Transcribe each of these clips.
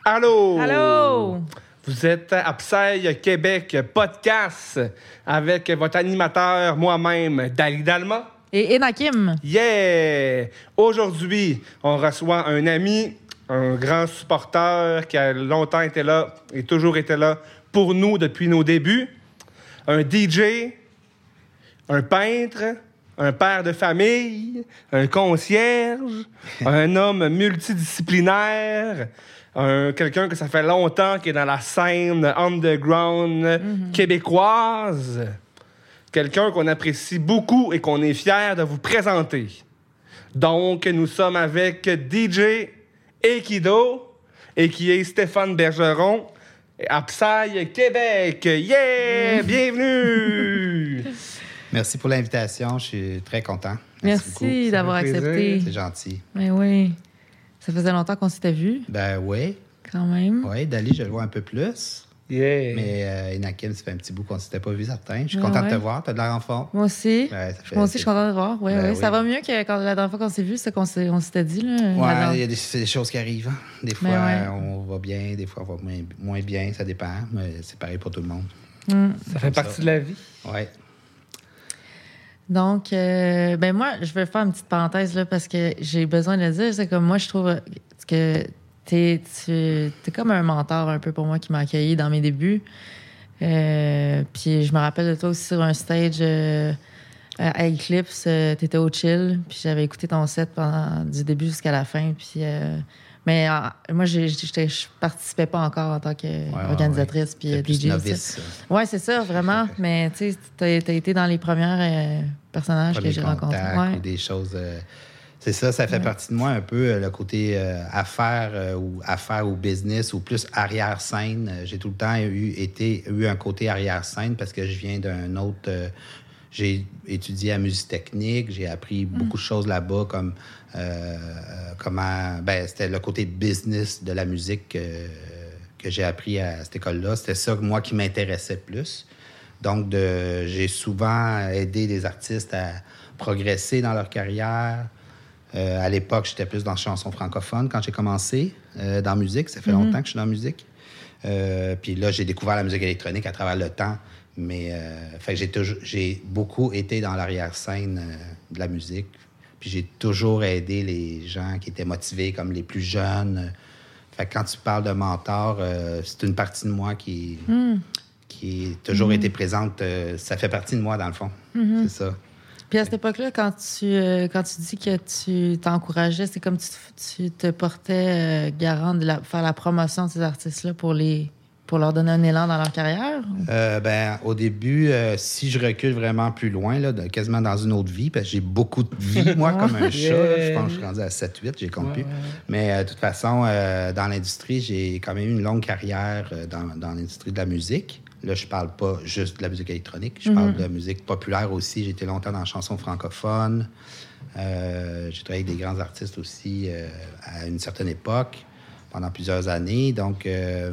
Allô? Allô? Vous êtes à Psy Québec Podcast avec votre animateur, moi-même, Dali Dalma. Et Enakim. Yeah! Aujourd'hui, on reçoit un ami, un grand supporter qui a longtemps été là et toujours été là pour nous depuis nos débuts. Un DJ, un peintre, un père de famille, un concierge, un homme multidisciplinaire, quelqu'un que ça fait longtemps qui est dans la scène underground québécoise. Quelqu'un qu'on apprécie beaucoup et qu'on est fier de vous présenter. Donc, nous sommes avec DJ Aikido et qui est Stéphane Bergeron à Psy Québec. Yeah! Bienvenue! Merci pour l'invitation. Je suis très content. Merci d'avoir accepté. C'est gentil. Mais oui. Ça faisait longtemps qu'on s'était vus. Ben oui. Quand même. Oui, Dali, je le vois un peu plus. Yeah! Mais Enakim, ça fait un petit bout qu'on ne s'était pas vu, certain. Je suis content de te voir. Tu as de l'air en forme. Moi aussi. Ouais, Moi aussi, je suis contente de te voir. Oui, Ben oui. oui. Ça va mieux que quand la dernière fois qu'on s'est vu, c'est qu'on s'était dit. Là, Oui, il y a des choses qui arrivent. Hein. Des fois, on va bien, des fois, on va moins bien. Ça dépend. Mais c'est pareil pour tout le monde. Ça fait partie de la vie. Oui. Donc, ben moi, je vais faire une petite parenthèse là, parce que j'ai besoin de le dire. C'est comme moi, je trouve que t'es comme un mentor un peu pour moi qui m'a accueilli dans mes débuts. Puis je me rappelle de toi aussi sur un stage à Eclipse. T'étais au chill, puis j'avais écouté ton set du début jusqu'à la fin. Puis, mais moi, je participais pas encore en tant qu'organisatrice puis DJ. Novice. Oui, c'est ça, vraiment. Mais tu sais, t'as été dans les premiers personnages que j'ai rencontrés. Ou des choses... c'est ça fait partie de moi un peu, le côté affaires ou business ou plus arrière-scène. J'ai tout le temps eu un côté arrière-scène parce que je viens d'un autre... j'ai étudié à musique technique, j'ai appris beaucoup de choses là-bas comme comment... Ben, c'était le côté business de la musique que j'ai appris à cette école-là. C'était ça, moi, qui m'intéressait plus. Donc, j'ai souvent aidé des artistes à progresser dans leur carrière. À l'époque, j'étais plus dans la chanson francophone quand j'ai commencé dans la musique. Ça fait longtemps que je suis dans la musique. Puis là, j'ai découvert la musique électronique à travers le temps. Mais fait que j'ai beaucoup été dans l'arrière-scène de la musique. Puis j'ai toujours aidé les gens qui étaient motivés, comme les plus jeunes. Fait que quand tu parles de mentor, c'est une partie de moi qui a toujours été présente. Ça fait partie de moi, dans le fond. C'est ça. Puis à cette époque-là, quand tu dis que tu t'encourageais, c'est comme tu te portais garant de faire la promotion de ces artistes-là pour leur donner un élan dans leur carrière? Ben, au début, si je recule vraiment plus loin, là, quasiment dans une autre vie, parce que j'ai beaucoup de vie, moi, comme un chat. Là, je pense que je suis rendu à 7-8, j'ai compte plus. Mais de toute façon, dans l'industrie, j'ai quand même eu une longue carrière dans l'industrie de la musique. Là, je parle pas juste de la musique électronique, je parle de la musique populaire aussi. J'ai été longtemps dans la chanson francophone. J'ai travaillé avec des grands artistes aussi à une certaine époque, pendant plusieurs années. Donc,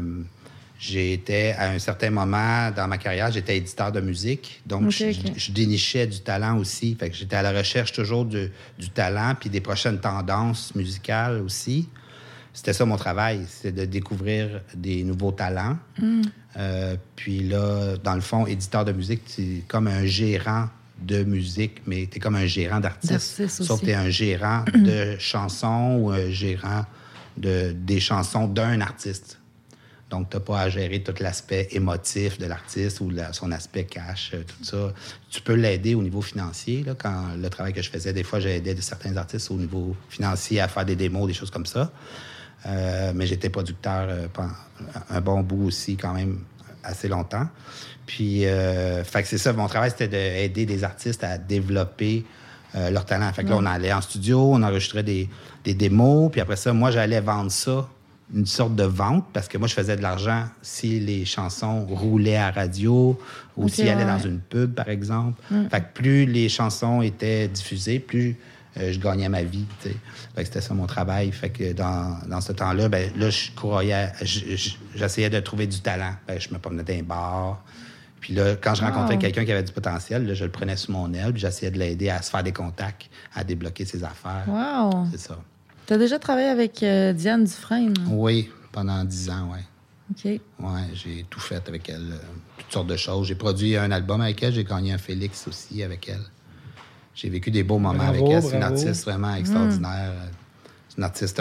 j'étais, à un certain moment dans ma carrière, j'étais éditeur de musique. Donc, je dénichais du talent aussi. Fait que j'étais à la recherche toujours du talent puis des prochaines tendances musicales aussi. C'était ça mon travail, c'est de découvrir des nouveaux talents. Puis là, dans le fond, éditeur de musique, c'est comme un gérant de musique, mais t'es comme un gérant d'artiste. Sauf que t'es un gérant de chansons ou un gérant des chansons d'un artiste. Donc, t'as pas à gérer tout l'aspect émotif de l'artiste ou son aspect cash, tout ça. Tu peux l'aider au niveau financier. Là, quand le travail que je faisais, des fois, j'aidais certains artistes au niveau financier à faire des démos, des choses comme ça. Mais j'étais producteur pendant un bon bout aussi, quand même, assez longtemps. Puis, fait que c'est ça, mon travail, c'était d'aider des artistes à développer leur talent. Fait que là, on allait en studio, on enregistrait des démos, puis après ça, moi, j'allais vendre ça, une sorte de vente, parce que moi, je faisais de l'argent si les chansons roulaient à radio ou s'ils allaient dans une pub, par exemple. Fait que plus les chansons étaient diffusées, plus je gagnais ma vie, tu sais. Fait que c'était ça mon travail. Fait que dans ce temps-là, ben là, je croyais, j'essayais de trouver du talent. Ben, je me promenais dans un bar. Puis là, quand je rencontrais quelqu'un qui avait du potentiel, là, je le prenais sous mon aile, puis j'essayais de l'aider à se faire des contacts, à débloquer ses affaires. Wow! C'est ça. Tu as déjà travaillé avec Diane Dufresne? Oui, pendant 10 ans, ouais. OK. Ouais, j'ai tout fait avec elle, toutes sortes de choses. J'ai produit un album avec elle, j'ai gagné un Félix aussi avec elle. J'ai vécu des beaux moments avec elle. C'est une artiste vraiment extraordinaire. C'est une artiste,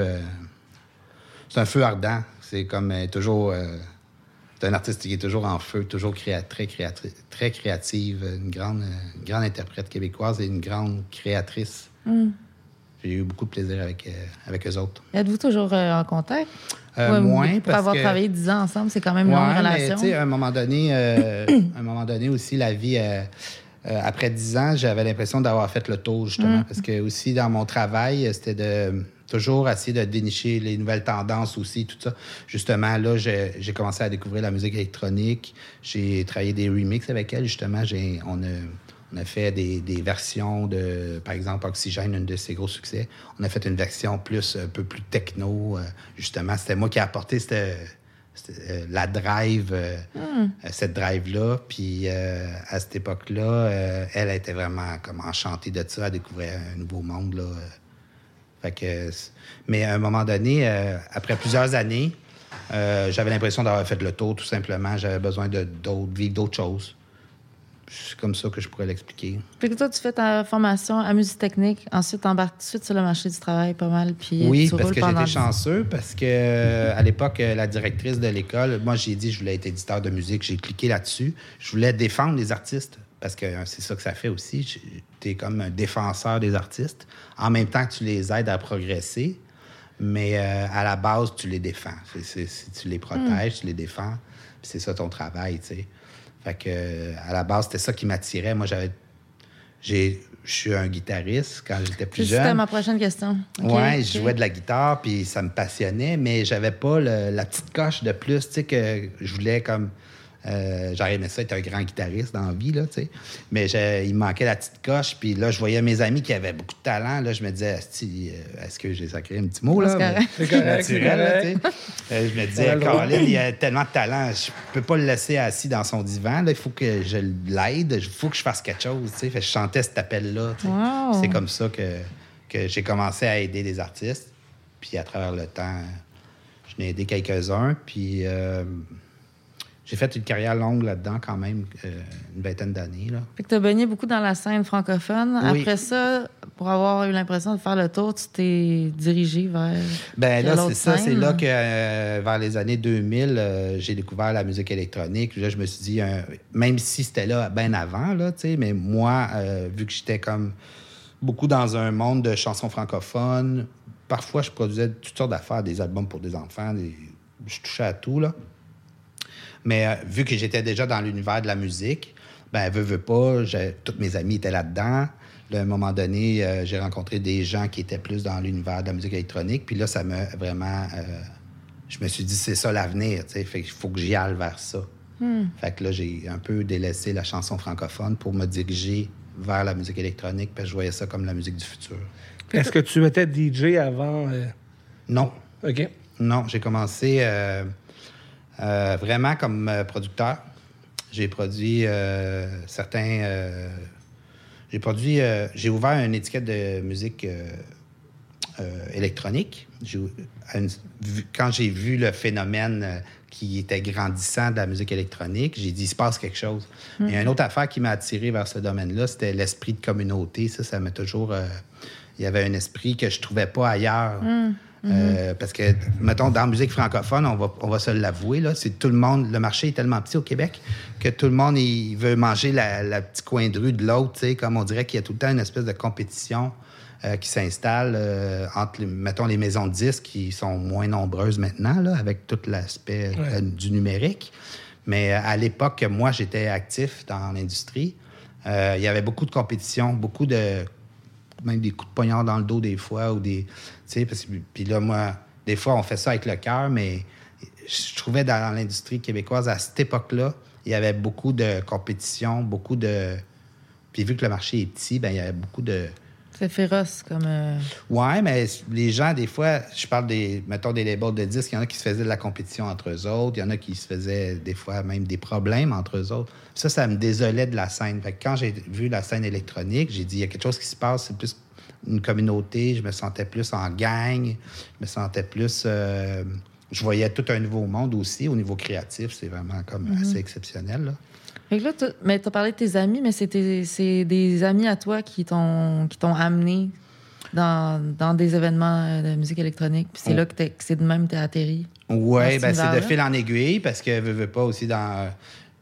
c'est un feu ardent. C'est comme toujours... c'est un artiste qui est toujours en feu, toujours très créative, une grande interprète québécoise et une grande créatrice. J'ai eu beaucoup de plaisir avec eux autres. Êtes-vous toujours en contact? Moins, pour avoir travaillé 10 ans ensemble, c'est quand même une longue relation. Mais, à un moment donné aussi, la vie... après 10 ans, j'avais l'impression d'avoir fait le tour, justement, parce que aussi, dans mon travail, c'était de toujours essayer de dénicher les nouvelles tendances aussi, tout ça. Justement, là, j'ai commencé à découvrir la musique électronique. J'ai travaillé des remixes avec elle, justement. On a fait des versions de, par exemple, Oxygène, un de ses gros succès. On a fait une version un peu plus techno. Justement, c'était moi qui ai apporté la drive, cette drive-là. Puis à cette époque-là, elle était vraiment comme enchantée de ça. Elle découvrait un nouveau monde, là. Fait que, mais à un moment donné, après plusieurs années, j'avais l'impression d'avoir fait le tour, tout simplement. J'avais besoin de vivre d'autres choses. C'est comme ça que je pourrais l'expliquer. Puis que toi, tu fais ta formation en musique technique, ensuite t'embarques tout de suite sur le marché du travail pas mal. Puis oui, parce que j'étais chanceux, parce que à l'époque, la directrice de l'école, moi, j'ai dit que je voulais être éditeur de musique. J'ai cliqué là-dessus. Je voulais défendre les artistes, parce que c'est ça que ça fait aussi. Tu es comme un défenseur des artistes. En même temps que tu les aides à progresser, mais à la base, tu les défends. Tu les protèges, tu les défends. Puis c'est ça ton travail, tu sais. Fait que, à la base, c'était ça qui m'attirait. Moi, je suis un guitariste quand j'étais plus jeune. C'était ma prochaine question. Okay, je jouais de la guitare, puis ça me passionnait, mais j'avais pas la petite coche de plus, tu sais, que je voulais comme... j'aurais aimé ça être un grand guitariste dans la vie, là, tu sais. Mais il me manquait la petite coche, puis là, je voyais mes amis qui avaient beaucoup de talent, là, je me disais, est-ce que j'ai sacré un petit mot, là? C'est correct. Je me disais, Caroline, il a tellement de talent, je peux pas le laisser assis dans son divan, là, il faut que je l'aide, il faut que je fasse quelque chose, tu sais. Fait que je chantais cet appel-là, tu sais. Wow. C'est comme ça que j'ai commencé à aider des artistes, puis à travers le temps, je n'ai aidé quelques-uns, puis... j'ai fait une carrière longue là-dedans, quand même, une vingtaine d'années. Là. Fait que tu as baigné beaucoup dans la scène francophone. Oui. Après ça, pour avoir eu l'impression de faire le tour, tu t'es dirigé vers. Ben là, c'est ça. C'est là que, vers les années 2000, j'ai découvert la musique électronique. Là, je me suis dit, même si c'était là bien avant, là, tu sais, mais moi, vu que j'étais comme beaucoup dans un monde de chansons francophones, parfois, je produisais toutes sortes d'affaires, des albums pour des enfants, je touchais à tout, là. Mais vu que j'étais déjà dans l'univers de la musique, ben veux pas, tous mes amis étaient là-dedans. Là, à un moment donné, j'ai rencontré des gens qui étaient plus dans l'univers de la musique électronique. Puis là, ça m'a vraiment... je me suis dit, c'est ça l'avenir, tu sais. Fait qu'il faut que j'y aille vers ça. Fait que là, j'ai un peu délaissé la chanson francophone pour me diriger vers la musique électronique, parce que je voyais ça comme la musique du futur. Est-ce que tu étais DJ avant? Non. OK. Non, j'ai commencé... vraiment comme producteur. J'ai produit j'ai ouvert une étiquette de musique électronique. Quand j'ai vu le phénomène qui était grandissant de la musique électronique, j'ai dit, il se passe quelque chose. Il y a une autre affaire qui m'a attiré vers ce domaine-là, c'était l'esprit de communauté. Ça m'a toujours... il y avait un esprit que je trouvais pas ailleurs. Parce que, mettons, dans la musique francophone, on va se l'avouer, là, c'est tout le monde, le marché est tellement petit au Québec que tout le monde il veut manger la petite coin de rue de l'autre, tu sais, comme on dirait qu'il y a tout le temps une espèce de compétition qui s'installe entre, mettons, les maisons de disques qui sont moins nombreuses maintenant, là, avec tout l'aspect du numérique. Mais à l'époque que moi, j'étais actif dans l'industrie, il y avait beaucoup de compétition, beaucoup de... même des coups de poignard dans le dos des fois, ou des... Tu sais, puis là, moi, des fois, on fait ça avec le cœur, mais je trouvais dans l'industrie québécoise, à cette époque-là, il y avait beaucoup de compétition, beaucoup de... Puis vu que le marché est petit, ben il y avait beaucoup de... C'est féroce, comme... Ouais, mais les gens, des fois, je parle mettons, des labels de disques, il y en a qui se faisaient de la compétition entre eux autres, il y en a qui se faisaient, des fois, même des problèmes entre eux autres. Ça me désolait de la scène. Fait que quand j'ai vu la scène électronique, j'ai dit, il y a quelque chose qui se passe, c'est plus une communauté, je me sentais plus en gang, je me sentais plus je voyais tout un nouveau monde aussi. Au niveau créatif, c'est vraiment comme assez exceptionnel, là. Fait que là, mais t'as parlé de tes amis, mais c'est des amis à toi qui t'ont amené dans des événements de musique électronique. Puis c'est là que c'est de même t'es atterri. Oui, Dans cet c'est de univers-là. fil en aiguille, parce que veux pas aussi dans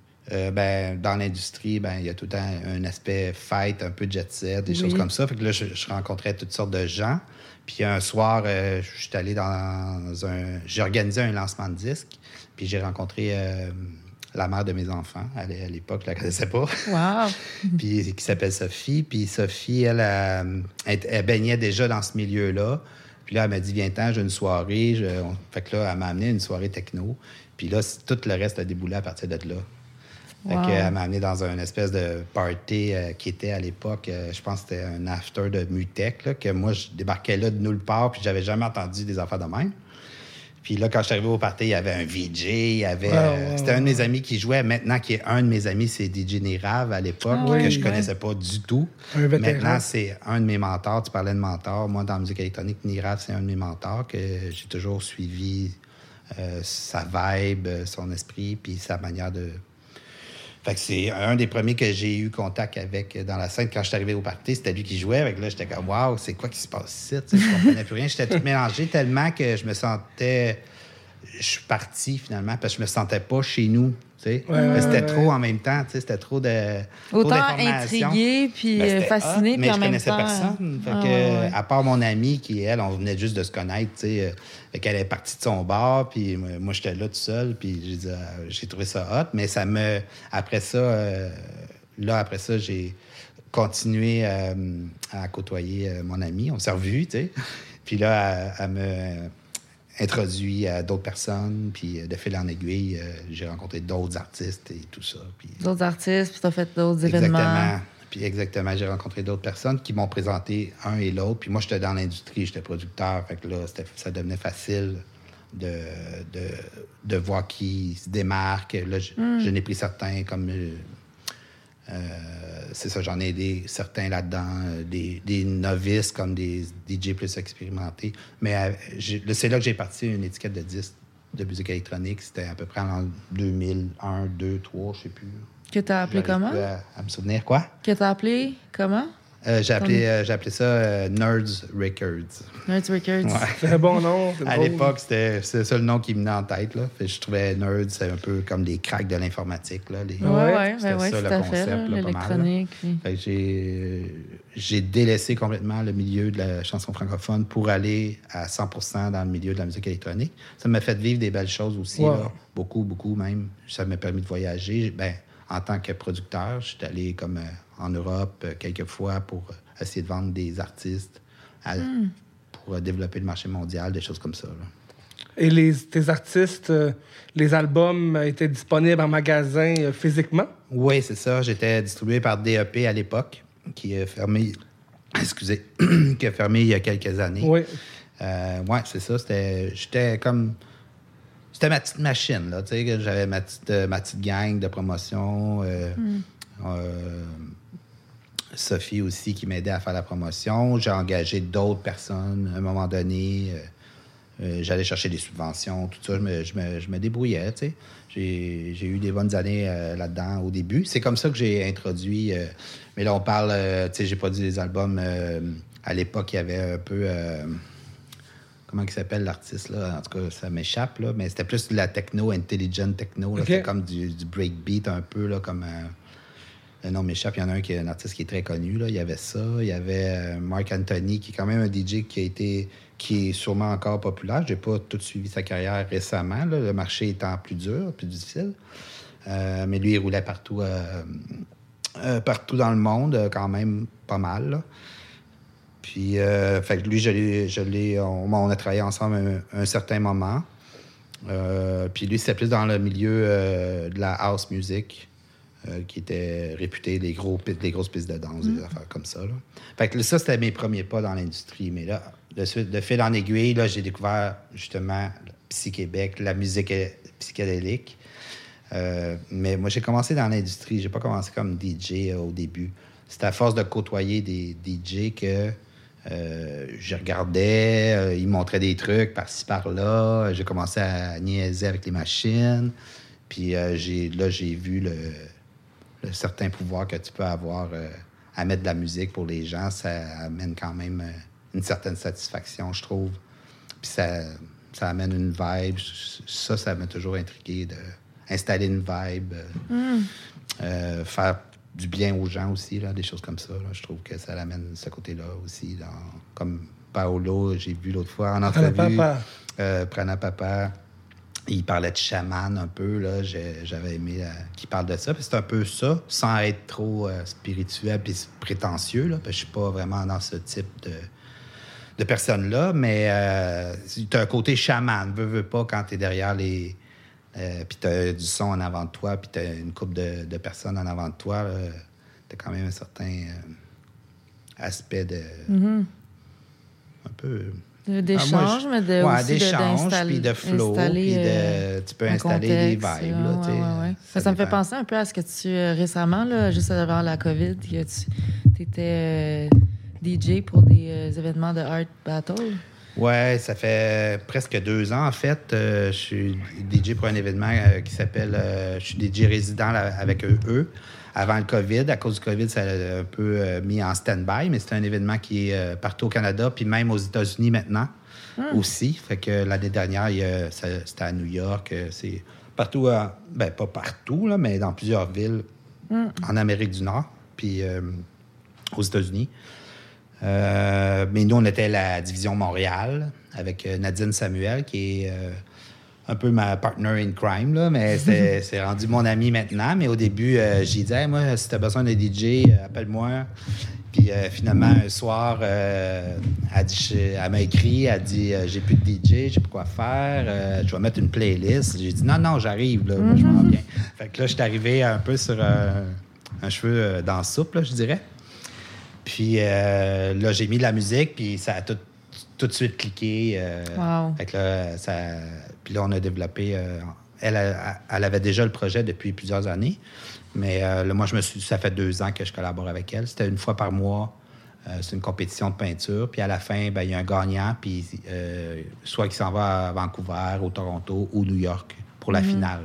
l'industrie, il y a tout le temps un aspect fête, un peu jet set, des choses comme ça. Fait que là, je rencontrais toutes sortes de gens. Puis un soir, je suis allé j'ai organisé un lancement de disque, puis j'ai rencontré la mère de mes enfants. À l'époque, je la connaissais pas. Wow! Puis qui s'appelle Sophie. Puis Sophie, elle baignait déjà dans ce milieu-là. Puis là, elle m'a dit, viens-t'en, j'ai une soirée. Fait que là, elle m'a amené une soirée techno. Puis là, tout le reste a déboulé à partir de là. Fait Wow. qu'elle m'a amené dans une espèce de party qui était à l'époque, je pense que c'était un after de Mutech, là, que moi, je débarquais là de nulle part, puis j'avais jamais entendu des affaires de même. Puis là, quand je suis arrivé au party, il y avait un VJ, il y avait... c'était un de mes amis qui jouait. Maintenant, qui est un de mes amis, c'est DJ Nirav à l'époque, que je connaissais pas du tout. Un vétéran. Maintenant, c'est un de mes mentors. Tu parlais de mentor. Moi, dans la musique électronique, Nirav, c'est un de mes mentors que j'ai toujours suivi sa vibe, son esprit, puis sa manière de... Fait que c'est un des premiers que j'ai eu contact avec dans la scène. Quand je suis arrivé au party, c'était lui qui jouait. Avec là, j'étais comme, waouh, c'est quoi qui se passe ici? Tu sais, je comprenais plus rien. J'étais tout mélangé tellement que je me sentais. Je suis parti finalement parce que je me sentais pas chez nous. Tu sais. C'était trop en même temps. Tu sais, c'était trop de. Trop Autant d'informations. intrigué, puis C'était fasciné, hot, puis mais en je même connaissais temps... personne. Fait Ah, que, ouais. à part mon amie, qui, elle, on venait juste de se connaître, tu sais. Fait qu'elle est partie de son bar, puis moi, j'étais là tout seul, puis j'ai trouvé ça hot. Mais ça me... Après ça, j'ai continué à côtoyer mon amie. On s'est revus, tu sais. Puis là, elle me introduit à d'autres personnes, puis de fil en aiguille, j'ai rencontré d'autres artistes et tout ça. Puis... D'autres artistes, puis t'as fait d'autres événements. Exactement. J'ai rencontré d'autres personnes qui m'ont présenté un et l'autre. Puis moi, j'étais dans l'industrie, j'étais producteur. Fait que là, ça devenait facile de voir qui se démarque. Là, je n'ai pris certains comme... c'est ça, j'en ai aidé certains là-dedans, des novices comme des DJ plus expérimentés. Mais c'est là que j'ai parti une étiquette de disque de musique électronique. C'était à peu près en 2001, 2, 3, je sais plus. Que t'as appelé J'arrive comment? plus à me souvenir. Quoi? Que t'as appelé comment? J'ai appelé ça Nerds Records. Nerds Records. Ouais. C'est un bon nom. c'est À drôle. l'époque, c'était ça le nom qui me venait en tête. Là. Fait que je trouvais Nerds, c'est un peu comme des cracks de l'informatique. Là. C'était ça, tout le à concept, fait, là, pas mal, là. l'électronique. Puis... Fait que j'ai délaissé complètement le milieu de la chanson francophone pour aller à 100% dans le milieu de la musique électronique. Ça m'a fait vivre des belles choses aussi. Wow. Là. Beaucoup, beaucoup même. Ça m'a permis de voyager. En tant que producteur, je suis allé comme en Europe quelques fois pour essayer de vendre des artistes pour développer le marché mondial, des choses comme ça. Là. Et tes artistes, les albums étaient disponibles en magasin physiquement? Oui, c'est ça. J'étais distribué par DEP à l'époque, qui a fermé... Excusez. qui a fermé il y a quelques années. Oui. Oui, c'est ça. J'étais comme... C'était ma petite machine, là. Tu sais, j'avais ma petite gang de promotion. Sophie aussi qui m'aidait à faire la promotion. J'ai engagé d'autres personnes à un moment donné. J'allais chercher des subventions, tout ça. Je me débrouillais, tu sais. J'ai eu des bonnes années là-dedans au début. C'est comme ça que j'ai introduit... mais là, on parle... tu sais, j'ai produit des albums... à l'époque, il y avait un peu... comment il s'appelle l'artiste, là? En tout cas, ça m'échappe, là. Mais c'était plus de la techno, intelligent techno. Là. Okay. C'était comme du breakbeat un peu, là, comme... le nom m'échappe. Il y en a un qui est un artiste qui est très connu, là. Il y avait ça. Il y avait Mark Anthony, qui est quand même un DJ qui est sûrement encore populaire. Je n'ai pas tout suivi sa carrière récemment, là, le marché étant plus dur, plus difficile. Mais lui, il roulait partout dans le monde, quand même pas mal, là. Puis, fait que lui, on a travaillé ensemble un certain moment. Puis lui, c'était plus dans le milieu de la house music, qui était réputé des grosses pistes de danse, des affaires comme ça, là. Fait que ça, c'était mes premiers pas dans l'industrie. Mais là, de fil en aiguille, là, j'ai découvert justement Psy-Québec, la musique psychédélique. Mais moi, j'ai commencé dans l'industrie. J'ai pas commencé comme DJ au début. C'était à force de côtoyer des DJ que Je regardais, ils montraient des trucs par-ci, par-là. J'ai commencé à niaiser avec les machines. Puis j'ai vu le certain pouvoir que tu peux avoir à mettre de la musique pour les gens. Ça amène quand même une certaine satisfaction, je trouve. Puis ça amène une vibe. Ça m'a toujours intrigué d'installer une vibe, faire du bien aux gens aussi, là, des choses comme ça. Là. Je trouve que ça amène ce côté-là aussi. Comme Paolo, j'ai vu l'autre fois en entrevue, Prana Papa, il parlait de chaman un peu. Là. J'avais aimé qu'il parle de ça. Puis c'est un peu ça, sans être trop spirituel et prétentieux. Là, parce que je suis pas vraiment dans ce type de personne-là. Mais tu as un côté chaman. Veux pas quand tu es derrière les... puis tu as du son en avant de toi, puis tu as une couple de personnes en avant de toi. Tu as quand même un certain aspect de... un peu... D'échange, mais aussi d'échange, puis de flow, puis tu peux installer des vibes. Là, ça me fait penser un peu à ce que tu... récemment, là, juste avant la COVID, que tu étais DJ pour des événements de Art Battle. Oui, ça fait presque 2 ans, en fait. Je suis DJ pour un événement qui s'appelle... je suis DJ résident avec eux. Avant le COVID, à cause du COVID, ça a un peu mis en stand-by, mais c'est un événement qui est partout au Canada, puis même aux États-Unis maintenant aussi. Fait que l'année dernière, c'était à New York. C'est partout, pas partout, là, mais dans plusieurs villes en Amérique du Nord, puis aux États-Unis. Mais nous, on était la division Montréal avec Nadine Samuel, qui est un peu ma partner in crime, là, mais c'est rendu mon ami maintenant. Mais au début, j'ai dit hey, « moi, si tu as besoin d'un DJ, appelle-moi. » Puis finalement, un soir, elle m'a écrit, elle dit « J'ai plus de DJ, j'ai plus quoi faire, je vais mettre une playlist. » J'ai dit « Non, j'arrive, là, moi, je m'en viens. » Fait que là, je suis arrivé un peu sur un cheveu dans la soupe, là, je dirais. Puis là, j'ai mis de la musique, puis ça a tout de suite cliqué. Wow. Fait que là, puis là, on a développé... Elle avait déjà le projet depuis plusieurs années. Mais là, moi, ça fait 2 ans que je collabore avec elle. C'était une fois par mois. C'est une compétition de peinture. Puis à la fin, il y a un gagnant. Puis soit qui s'en va à Vancouver, au Toronto ou New York pour la finale.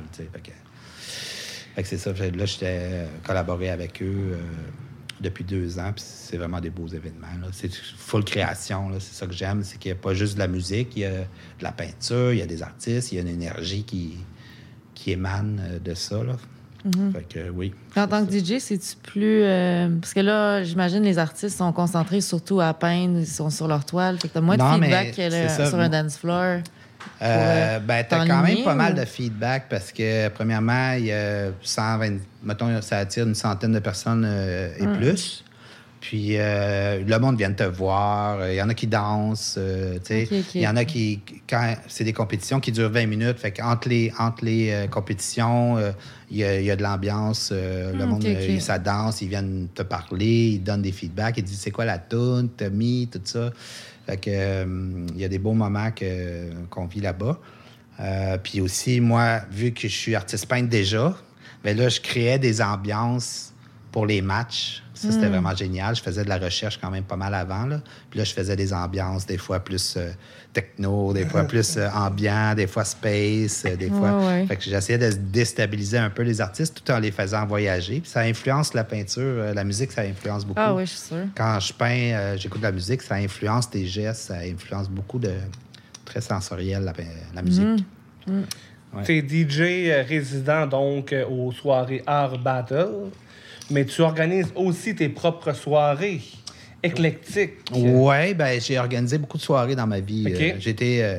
Fait que c'est ça. Là, j'étais collaboré avec eux depuis 2 ans. Puis c'est vraiment des beaux événements. Là. C'est full création. Là. C'est ça que j'aime. C'est qu'il n'y a pas juste de la musique. Il y a de la peinture, il y a des artistes, il y a une énergie qui émane de ça. Là. Fait que, oui. En tant que DJ, c'est-tu plus... parce que là, j'imagine les artistes sont concentrés surtout à peindre, ils sont sur leur toile. Fait que t'as moins de feedback sur un dance floor. T'as quand même pas mal de feedback parce que, premièrement, il y a 120... Mettons, ça attire une centaine de personnes et plus. Puis le monde vient te voir. Il y en a qui dansent. Il y en a qui... Quand c'est des compétitions qui durent 20 minutes, fait qu'entre les compétitions, il y a de l'ambiance. Le monde, ça danse. Ils viennent te parler. Ils donnent des feedbacks. Ils disent, c'est quoi la toune que t'as mis, tout ça. Fait que il y a des beaux moments qu'on vit là-bas. Puis aussi, moi, vu que je suis artiste peintre déjà, bien là, je créais des ambiances pour les matchs. Ça, c'était vraiment génial. Je faisais de la recherche quand même pas mal avant. Là. Puis là, je faisais des ambiances, des fois plus techno, des fois plus ambiant, des fois space, des fois... Fait que j'essayais de déstabiliser un peu les artistes tout en les faisant voyager. Puis ça influence la peinture. La musique, ça influence beaucoup. Ah oui, je suis sûre. Quand je peins, j'écoute de la musique, ça influence tes gestes, ça influence beaucoup de... Très sensoriel, la musique. Ouais. Tu es DJ résident, donc, aux soirées Art Battle. Mais tu organises aussi tes propres soirées éclectiques. Oui, j'ai organisé beaucoup de soirées dans ma vie. Okay. J'ai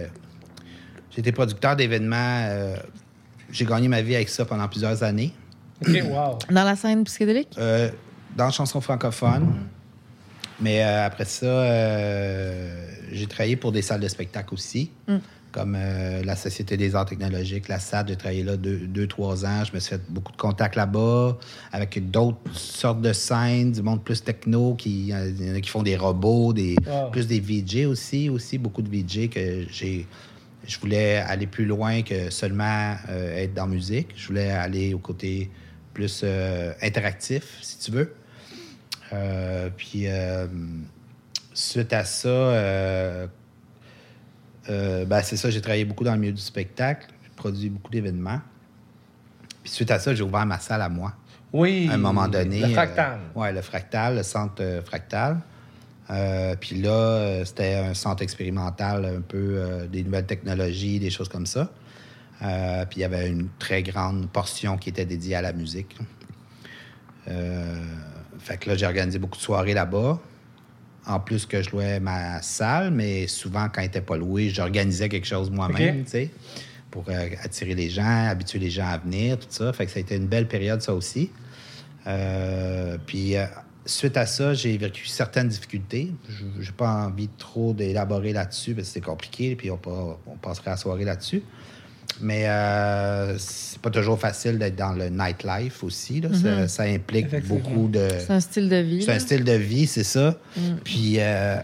été producteur d'événements. J'ai gagné ma vie avec ça pendant plusieurs années. OK, wow. Dans la scène psychédélique? Dans la chanson francophone. Mais après ça, j'ai travaillé pour des salles de spectacle aussi. Comme la Société des arts technologiques, la SAT. J'ai travaillé là 2-3 ans. Je me suis fait beaucoup de contacts là-bas avec d'autres sortes de scènes, du monde plus techno. Il y en a qui font des robots, plus des VJ aussi, beaucoup de VJ que je voulais aller plus loin que seulement être dans la musique. Je voulais aller au côté plus interactif, si tu veux. Puis suite à ça, c'est ça, j'ai travaillé beaucoup dans le milieu du spectacle. J'ai produit beaucoup d'événements. Puis suite à ça, j'ai ouvert ma salle à moi. Oui. À un moment donné. Le Fractal. Oui, le Fractal, le centre Fractal. Puis là, c'était un centre expérimental, un peu des nouvelles technologies, des choses comme ça. Puis il y avait une très grande portion qui était dédiée à la musique. Fait que là, j'ai organisé beaucoup de soirées là-bas. En plus que je louais ma salle, mais souvent, quand elle n'était pas louée, j'organisais quelque chose moi-même, tu sais, pour attirer les gens, habituer les gens à venir, tout ça. Fait que ça a été une belle période, ça aussi. Puis, suite à ça, j'ai vécu certaines difficultés. Je n'ai pas envie trop d'élaborer là-dessus parce que c'est compliqué, puis on passerait la soirée là-dessus. Mais c'est pas toujours facile d'être dans le nightlife aussi. Là. Ça implique beaucoup de... C'est un style de vie. C'est un style de vie, c'est ça. Puis,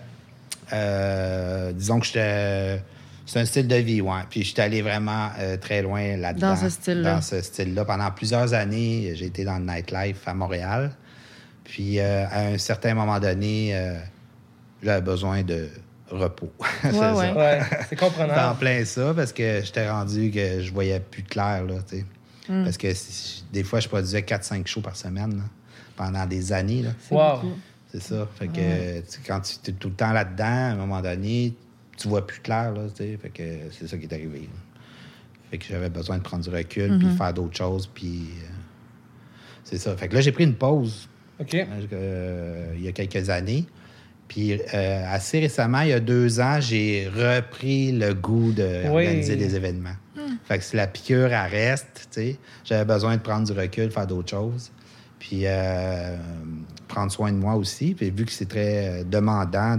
disons que c'est un style de vie, ouais. Puis, je suis allé vraiment très loin là-dedans. Dans ce style-là. Dans ce style-là. Pendant plusieurs années, j'ai été dans le nightlife à Montréal. Puis, à un certain moment donné, j'avais besoin de repos. C'est comprenable. En plein ça, parce que j'étais rendu que je voyais plus clair, là, tu sais. Parce que des fois, je produisais 4-5 shows par semaine, là, pendant des années, là. C'est ça. Fait que quand tu es tout le temps là-dedans, à un moment donné, tu vois plus clair, là, tu sais. Fait que c'est ça qui est arrivé, là. Fait que j'avais besoin de prendre du recul, puis faire d'autres choses, puis c'est ça. Fait que là, j'ai pris une pause. OK. Il y a quelques années. Puis assez récemment, il y a 2 ans, j'ai repris le goût d'organiser des événements. Fait que si la piqûre, elle reste, tu sais, j'avais besoin de prendre du recul, faire d'autres choses. Puis prendre soin de moi aussi. Puis vu que c'est très demandant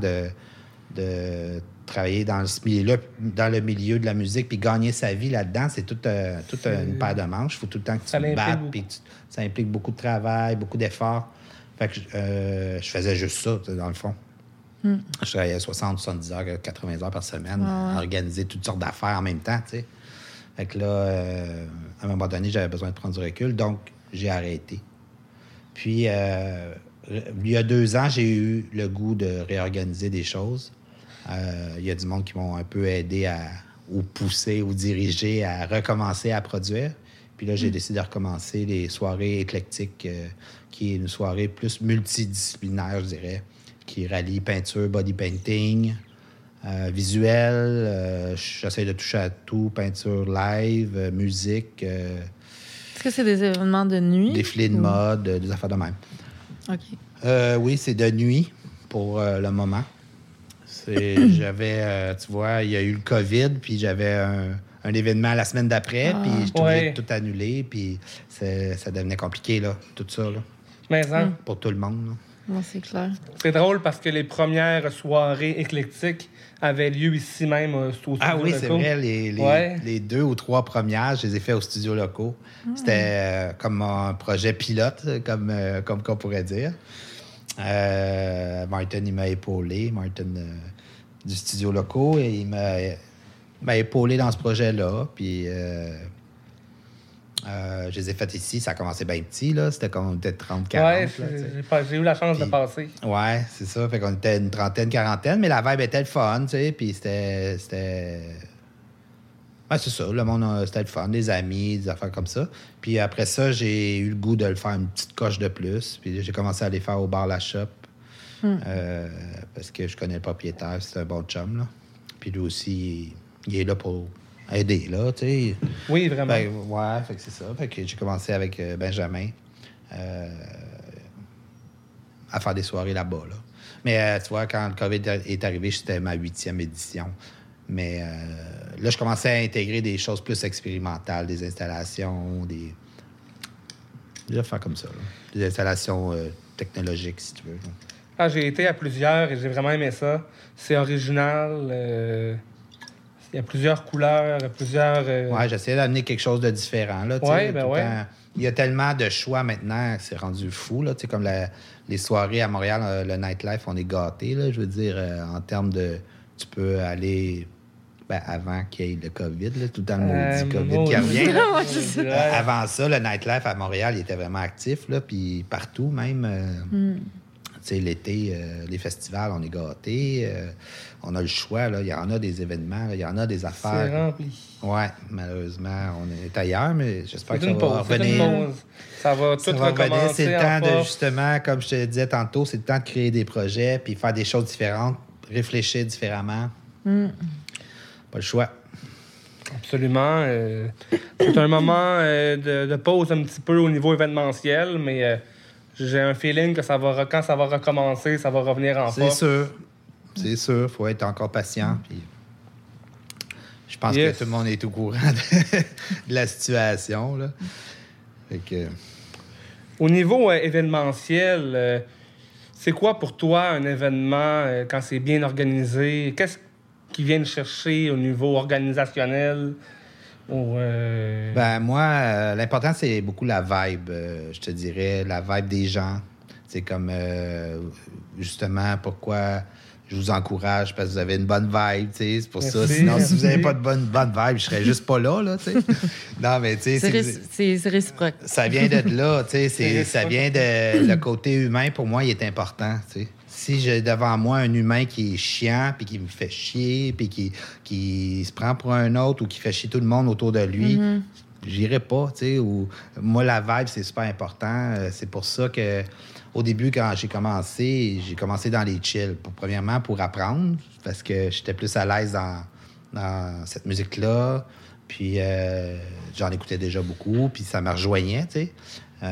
de travailler dans le milieu de la musique, puis gagner sa vie là-dedans, c'est toute une paire de manches. Il faut tout le temps que tu te battes, puis ça implique beaucoup de travail, beaucoup d'efforts. Fait que je faisais juste ça, dans le fond. Je travaillais 60, 70 heures, 80 heures par semaine, à organiser toutes sortes d'affaires en même temps, tu sais. Fait que là, à un moment donné, j'avais besoin de prendre du recul, donc j'ai arrêté. Puis, il y a 2 ans, j'ai eu le goût de réorganiser des choses. Il y a du monde qui m'ont un peu aidé ou poussé ou dirigé à recommencer à produire. Puis là, j'ai décidé de recommencer les soirées éclectiques, qui est une soirée plus multidisciplinaire, je dirais, qui rallie peinture, body painting, visuel. J'essaie de toucher à tout, peinture live, musique. Est-ce que c'est des événements de nuit? Défilés de mode, des affaires de même. OK. Oui, c'est de nuit pour le moment. J'avais, tu vois, il y a eu le COVID, puis j'avais un événement la semaine d'après, puis je trouvais tout annulé, puis ça devenait compliqué, là, tout ça, là. Mais pour tout le monde, là. Non, c'est clair. C'est drôle parce que les premières soirées éclectiques avaient lieu ici même au studio Ah oui, c'est locaux. vrai. Les 2 ou 3 premières, je les ai fait aux studios locaux. C'était comme un projet pilote, comme qu'on pourrait dire. Martin, il m'a épaulé, du studio locaux, et il m'a épaulé dans ce projet-là. Puis je les ai fait ici, ça a commencé bien petit, là. C'était comme peut-être 30-40. J'ai eu la chance de passer. Ouais, c'est ça. Fait qu'on était une trentaine, quarantaine, mais la vibe était le fun, tu sais. Puis c'était... Ouais, c'est ça. Le monde, c'était le fun. Des amis, des affaires comme ça. Puis après ça, j'ai eu le goût de le faire une petite coche de plus. Puis j'ai commencé à les faire au bar La Shop. Parce que je connais le propriétaire, c'est un bon chum, là. Puis lui aussi, il est là pour aider, là, tu sais. Oui, vraiment. Ouais, fait que c'est ça. Fait que j'ai commencé avec Benjamin à faire des soirées là-bas, là. Mais tu vois, quand le COVID est arrivé, c'était ma 8e édition. Mais là, je commençais à intégrer des choses plus expérimentales, des installations, des affaires comme ça, là. Des installations technologiques, si tu veux, là. Ah, j'ai été à plusieurs et j'ai vraiment aimé ça. C'est original. Il y a plusieurs couleurs, plusieurs... Ouais, j'essayais d'amener quelque chose de différent, là. Ouais, ben ouais. Il y a tellement de choix maintenant, c'est rendu fou, là. Tu sais, comme les soirées à Montréal, le nightlife, on est gâtés, là. Je veux dire, en termes de... Tu peux aller... avant qu'il y ait le COVID, là, tout le temps le maudit COVID qui revient. Là. Avant ça, le nightlife à Montréal, il était vraiment actif, là, puis partout même. sais, l'été, les festivals, on est gâtés. On a le choix, là. Il y en a des événements, là. Il y en a des affaires. C'est rempli. Oui, malheureusement, on est ailleurs, mais j'espère que ça C'est une va pause. revenir. Ça va tout Ça va revenir. recommencer C'est le en temps de, force. justement, comme je te disais tantôt, c'est le temps de créer des projets puis faire des choses différentes, réfléchir différemment. Pas le choix. Absolument. C'est un moment de pause un petit peu au niveau événementiel, mais j'ai un feeling que quand ça va recommencer, ça va revenir en C'est force. sûr. C'est sûr. Il faut être encore patient. Puis je pense Yes. que tout le monde est au courant de la situation. Là. Fait que, Au niveau événementiel, c'est quoi pour toi un événement quand c'est bien organisé? Qu'est-ce qu'ils viennent chercher au niveau organisationnel? ben moi, l'important, c'est beaucoup la vibe, je te dirais, la vibe des gens. C'est comme, justement, pourquoi je vous encourage, parce que vous avez une bonne vibe, tu sais, c'est pour ça. Merci, Sinon, si vous n'avez merci. pas de bonne vibe, je serais juste pas là, tu sais. Non, mais tu sais, C'est réciproque. ça vient de là, tu sais. Ça vient de... Le côté humain, pour moi, il est important, tu sais. Si j'ai devant moi un humain qui est chiant, puis qui me fait chier, puis qui se prend pour un autre ou qui fait chier tout le monde autour de lui, j'irai pas, tu sais. Moi, la vibe, c'est super important. C'est pour ça que au début, quand j'ai commencé dans les chills. Premièrement, pour apprendre, parce que j'étais plus à l'aise dans cette musique-là. Puis j'en écoutais déjà beaucoup, puis ça me rejoignait, tu sais.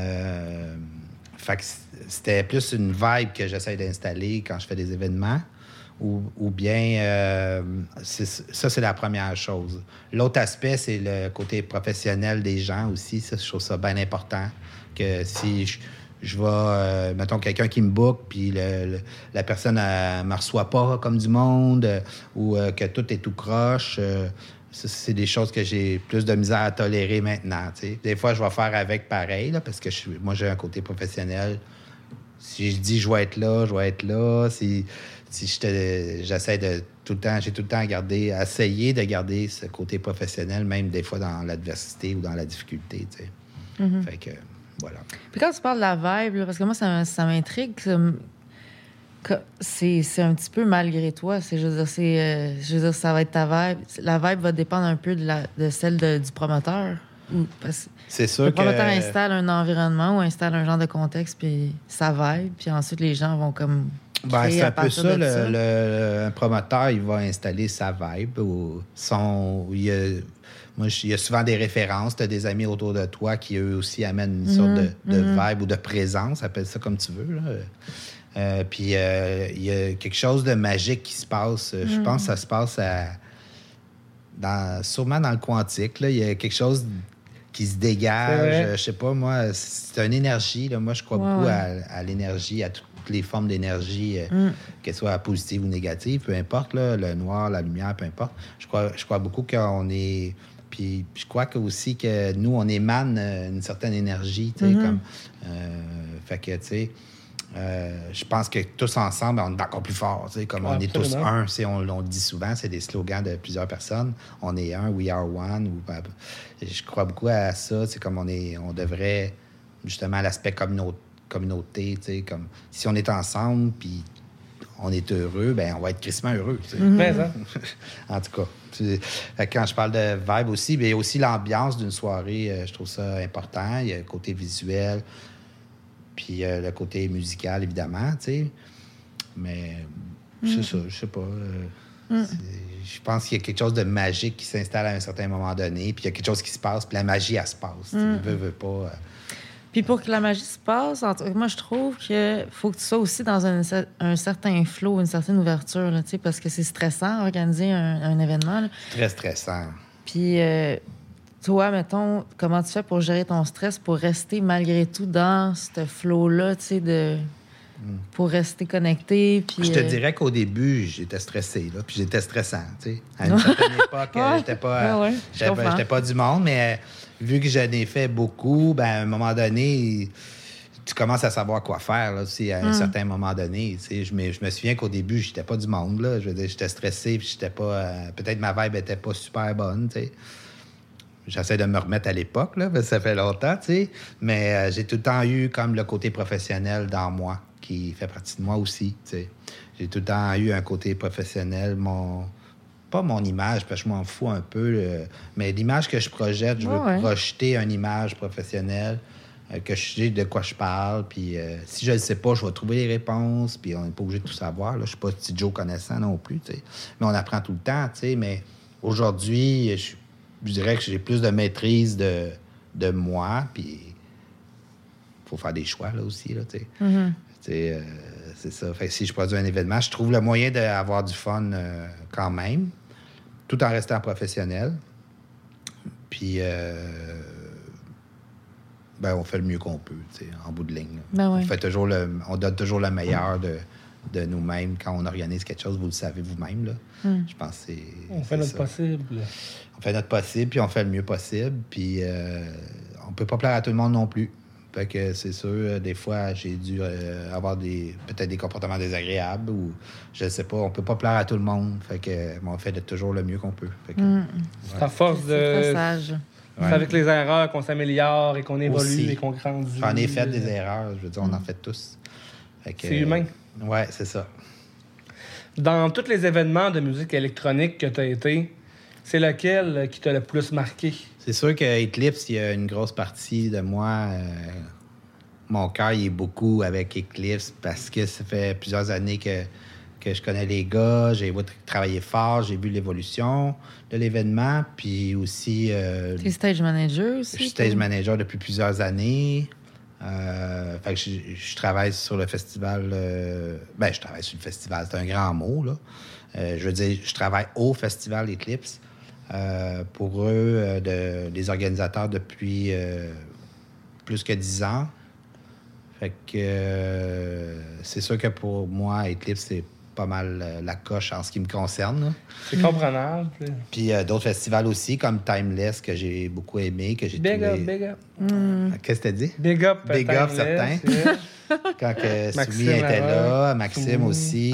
Fait que c'était plus une vibe que j'essaie d'installer quand je fais des événements. Ou bien, ça, c'est la première chose. L'autre aspect, c'est le côté professionnel des gens aussi. Ça, je trouve ça bien important. Que si je vais, mettons, quelqu'un qui me book, puis la personne ne me reçoit pas comme du monde, ou que tout est tout croche, ça, c'est des choses que j'ai plus de misère à tolérer maintenant. T'sais. Des fois, je vais faire avec pareil, là, parce que moi, j'ai un côté professionnel. Si je dis je vais être là, je vais être là. Si j'essaie de tout le temps, j'ai tout le temps essayé de garder ce côté professionnel, même des fois dans l'adversité ou dans la difficulté. T'sais. Fait que, voilà. Puis quand tu parles de la vibe, là, parce que moi, ça m'intrigue. C'est un petit peu malgré toi. Je veux dire, ça va être ta vibe. La vibe va dépendre un peu de celle du promoteur. C'est sûr le que promoteur installe un environnement ou installe un genre de contexte, puis ça vibe, puis ensuite les gens vont comme. C'est un peu ça. Un promoteur, il va installer sa vibe. Il y a souvent des références. Tu as des amis autour de toi qui, eux aussi, amènent une sorte de vibe ou de présence. Appelle ça comme tu veux. Là. Puis il y a quelque chose de magique qui se passe. Je pense que ça se passe sûrement dans le quantique. Là. Il y a quelque chose qui se dégage. Je sais pas, moi, c'est une énergie. Là. Moi, je crois beaucoup à l'énergie, à toutes les formes d'énergie, qu'elles soient positives ou négatives, peu importe, là, le noir, la lumière, peu importe. Je crois beaucoup qu'on est... Puis je crois aussi que nous, on émane une certaine énergie, tu sais, comme... fait que, tu sais... je pense que tous ensemble, on est encore plus forts. Comme on est tous un. On le dit souvent, c'est des slogans de plusieurs personnes. On est un, we are one. Je crois beaucoup à ça. C'est comme on devrait, justement, l'aspect communauté. Comme, si on est ensemble puis on est heureux, ben on va être crissement heureux. En tout cas. Quand je parle de vibe aussi, il y a aussi l'ambiance d'une soirée. Je trouve ça important. Il y a le côté visuel. Puis le côté musical, évidemment, tu sais. Mais c'est ça, je sais pas. Je pense qu'il y a quelque chose de magique qui s'installe à un certain moment donné, puis il y a quelque chose qui se passe, puis la magie, elle se passe. Veut pas. Puis pour que la magie se passe, moi, je trouve qu'il faut que tu sois aussi dans un certain flow, une certaine ouverture, là, parce que c'est stressant, organiser un événement. Là. Très stressant. Puis... toi, mettons, comment tu fais pour gérer ton stress, pour rester malgré tout dans ce flow-là, tu sais, pour rester connecté? Puis, je te dirais qu'au début, j'étais stressé, là, puis j'étais stressant, tu sais. À une certaine époque, j'étais pas du monde, mais vu que j'en ai fait beaucoup, ben à un moment donné, tu commences à savoir quoi faire, là, à un certain moment donné. Tu sais, je me souviens qu'au début, j'étais pas du monde, là. Je veux dire, j'étais stressé, puis j'étais pas... peut-être ma vibe était pas super bonne, tu sais. J'essaie de me remettre à l'époque, là, parce que ça fait longtemps, tu sais. Mais j'ai tout le temps eu comme le côté professionnel dans moi qui fait partie de moi aussi. T'sais. J'ai tout le temps eu un côté professionnel. Pas mon image, parce que je m'en fous un peu, mais l'image que je projette, je veux projeter une image professionnelle, que je sais de quoi je parle. Puis si je ne le sais pas, je vais trouver les réponses. Puis on n'est pas obligé de tout savoir. Là. Je ne suis pas petit Joe connaissant non plus. T'sais. Mais on apprend tout le temps. T'sais. Mais aujourd'hui, je dirais que j'ai plus de maîtrise de moi. Puis il faut faire des choix là aussi. Là, c'est ça. Fait que si je produis un événement, je trouve le moyen d'avoir du fun quand même, tout en restant professionnel. Puis, on fait le mieux qu'on peut, en bout de ligne. On donne toujours le meilleur de nous-mêmes quand on organise quelque chose. Vous le savez vous-même. Là. Je pense que on fait notre possible. On fait notre possible, puis on fait le mieux possible. Puis, on peut pas plaire à tout le monde non plus. Fait que c'est sûr, des fois, j'ai dû avoir peut-être des comportements désagréables ou je ne sais pas, on peut pas plaire à tout le monde. Fait que on fait toujours le mieux qu'on peut. Fait que, c'est à force de... C'est sage. C'est avec les erreurs qu'on s'améliore et qu'on évolue aussi. Et qu'on grandit. J'en ai fait des erreurs, je veux dire, on en fait tous. Fait que, c'est humain. Ouais, c'est ça. Dans tous les événements de musique électronique que tu as été, c'est lequel qui t'a le plus marqué? C'est sûr qu'Eclipse, il y a une grosse partie de moi. Mon cœur, il est beaucoup avec Eclipse parce que ça fait plusieurs années que je connais les gars. J'ai travaillé fort, j'ai vu l'évolution de l'événement. Puis aussi... T'es stage manager aussi? Je suis stage manager depuis plusieurs années. Fait que je travaille sur le festival... je travaille sur le festival, c'est un grand mot, là. Je veux dire, je travaille au festival Eclipse. Pour eux, les organisateurs depuis plus que 10 ans. Fait que c'est sûr que pour moi, Eclipse, c'est pas mal la coche en ce qui me concerne. Là. C'est comprenable. Puis d'autres festivals aussi, comme Timeless, que j'ai beaucoup aimé, que j'ai Big trouvé... up. Qu'est-ce que t'as dit? Big up, certains. Quand Soumi était là, Maxime aussi.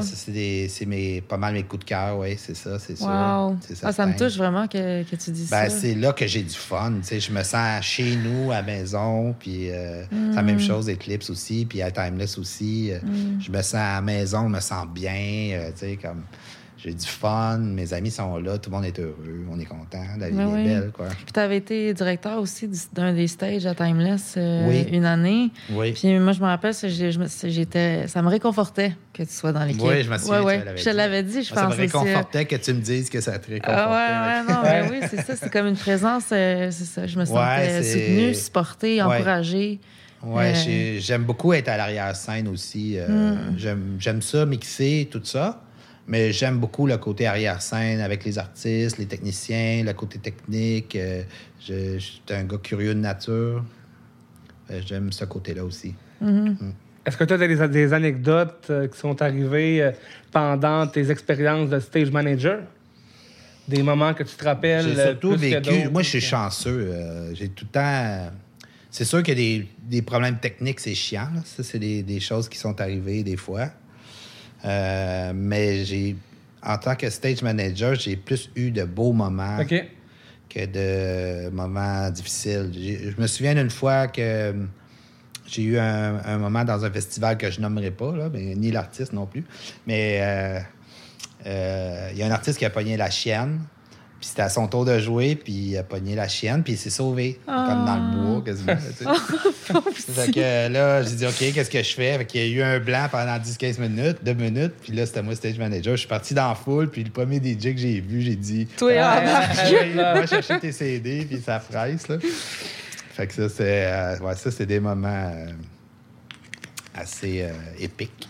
C'est pas mal mes coups de cœur, oui, c'est ça, c'est sûr. Wow. Ça me touche vraiment que tu dis ça. C'est là que j'ai du fun. Je me sens chez nous, à la maison, puis c'est la même chose, Eclipse aussi, puis à Timeless aussi. Je me sens à la maison, je me sens bien, comme... J'ai du fun, mes amis sont là, tout le monde est heureux, on est content, la vie est belle, quoi. Puis tu avais été directeur aussi d'un des stages à Timeless une année. Oui. Puis moi, je me rappelle, ça me réconfortait que tu sois dans l'équipe. Oui, je me souviens, je te l'avais dit, je pense. Ça me réconfortait que tu me dises que ça te réconfortait. Non, mais oui, c'est ça, c'est comme une présence, c'est ça, je me sentais soutenue, supportée, encouragée. Oui, j'aime beaucoup être à l'arrière-scène aussi. J'aime ça, mixer, tout ça. Mais j'aime beaucoup le côté arrière-scène avec les artistes, les techniciens, le côté technique. Je suis un gars curieux de nature. J'aime ce côté-là aussi. Est-ce que tu as des anecdotes qui sont arrivées pendant tes expériences de stage manager? Des moments que tu te rappelles? J'ai surtout plus vécu. Que d'autres, moi, je suis chanceux. J'ai tout le temps... C'est sûr que des problèmes techniques, c'est chiant. Là. Ça, c'est des choses qui sont arrivées des fois. Mais en tant que stage manager, j'ai plus eu de beaux moments que de moments difficiles. Je me souviens d'une fois que j'ai eu un moment dans un festival que je nommerai pas, là, ni l'artiste non plus. Mais il y a un artiste qui a pogné la chienne. Puis c'était à son tour de jouer, puis il a pogné la chienne, puis il s'est sauvé, comme dans le bois, quasiment. Fait que là, j'ai dit, OK, qu'est-ce que je fais? Fait qu'il y a eu un blanc pendant 10-15 minutes, 2 minutes, puis là, c'était moi, stage manager. Je suis parti dans la foule, puis le premier DJ que j'ai vu, j'ai dit, toi, va chercher tes CD, puis ça presse, là. Fait que ça, c'est des moments assez épiques.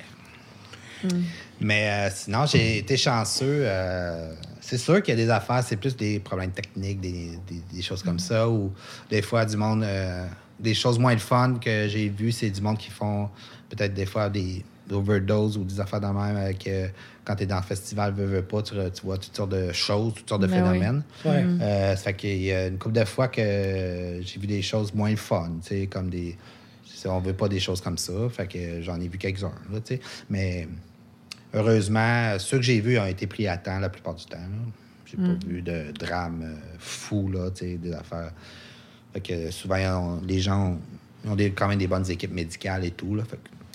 Mais sinon, j'ai été chanceux. C'est sûr qu'il y a des affaires, c'est plus des problèmes techniques, des choses comme ça, ou des fois, du monde, des choses moins le fun que j'ai vues, c'est du monde qui font peut-être des fois des overdoses ou des affaires de même quand tu es dans le festival, veux pas, tu vois toutes sortes de choses, toutes sortes de phénomènes. Oui. Ça fait qu'il y a une couple de fois que j'ai vu des choses moins le fun, tu sais, comme des... On veut pas des choses comme ça, fait que j'en ai vu quelques-uns, là, tu sais. Mais... Heureusement, ceux que j'ai vus ont été pris à temps la plupart du temps. J'ai pas vu de drame fou, là, des affaires. Fait que souvent, les gens ont quand même des bonnes équipes médicales et tout. Là, fait que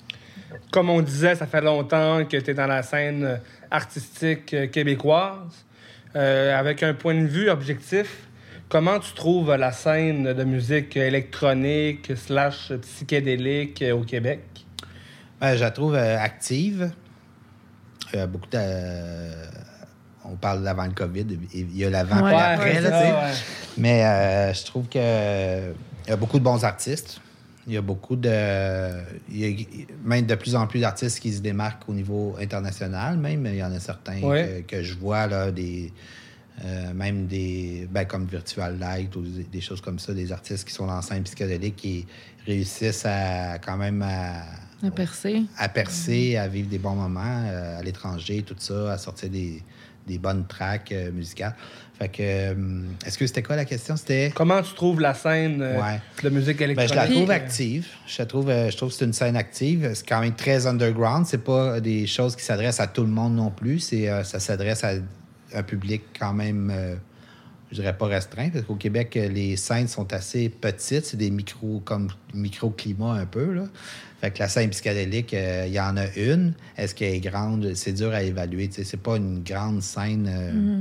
Comme on disait, ça fait longtemps que tu es dans la scène artistique québécoise. Avec un point de vue objectif, comment tu trouves la scène de musique électronique / psychédélique au Québec? Je la trouve active. Beaucoup de... on parle d'avant le COVID. Il y a l'avant et l'après. Mais je trouve qu'il y a beaucoup de bons artistes. Il y a beaucoup de... Il y a même de plus en plus d'artistes qui se démarquent au niveau international. Même, il y en a certains que je vois, là, même des... comme Virtual Light ou des choses comme ça, des artistes qui sont dans la scène psychédélique qui réussissent à quand même à percer. À percer, à vivre des bons moments à l'étranger, tout ça, à sortir des bonnes tracks musicales. Fait que, est-ce que c'était quoi la question? C'était... Comment tu trouves la scène de musique électronique? Je la trouve active. Je trouve que c'est une scène active. C'est quand même très underground. C'est pas des choses qui s'adressent à tout le monde non plus. Ça s'adresse à un public quand même, je dirais pas restreint, parce qu'au Québec, les scènes sont assez petites. C'est des micro-climats un peu, là. Fait que la scène psychédélique, il y en a une. Est-ce qu'elle est grande? C'est dur à évaluer. T'sais. C'est pas une grande scène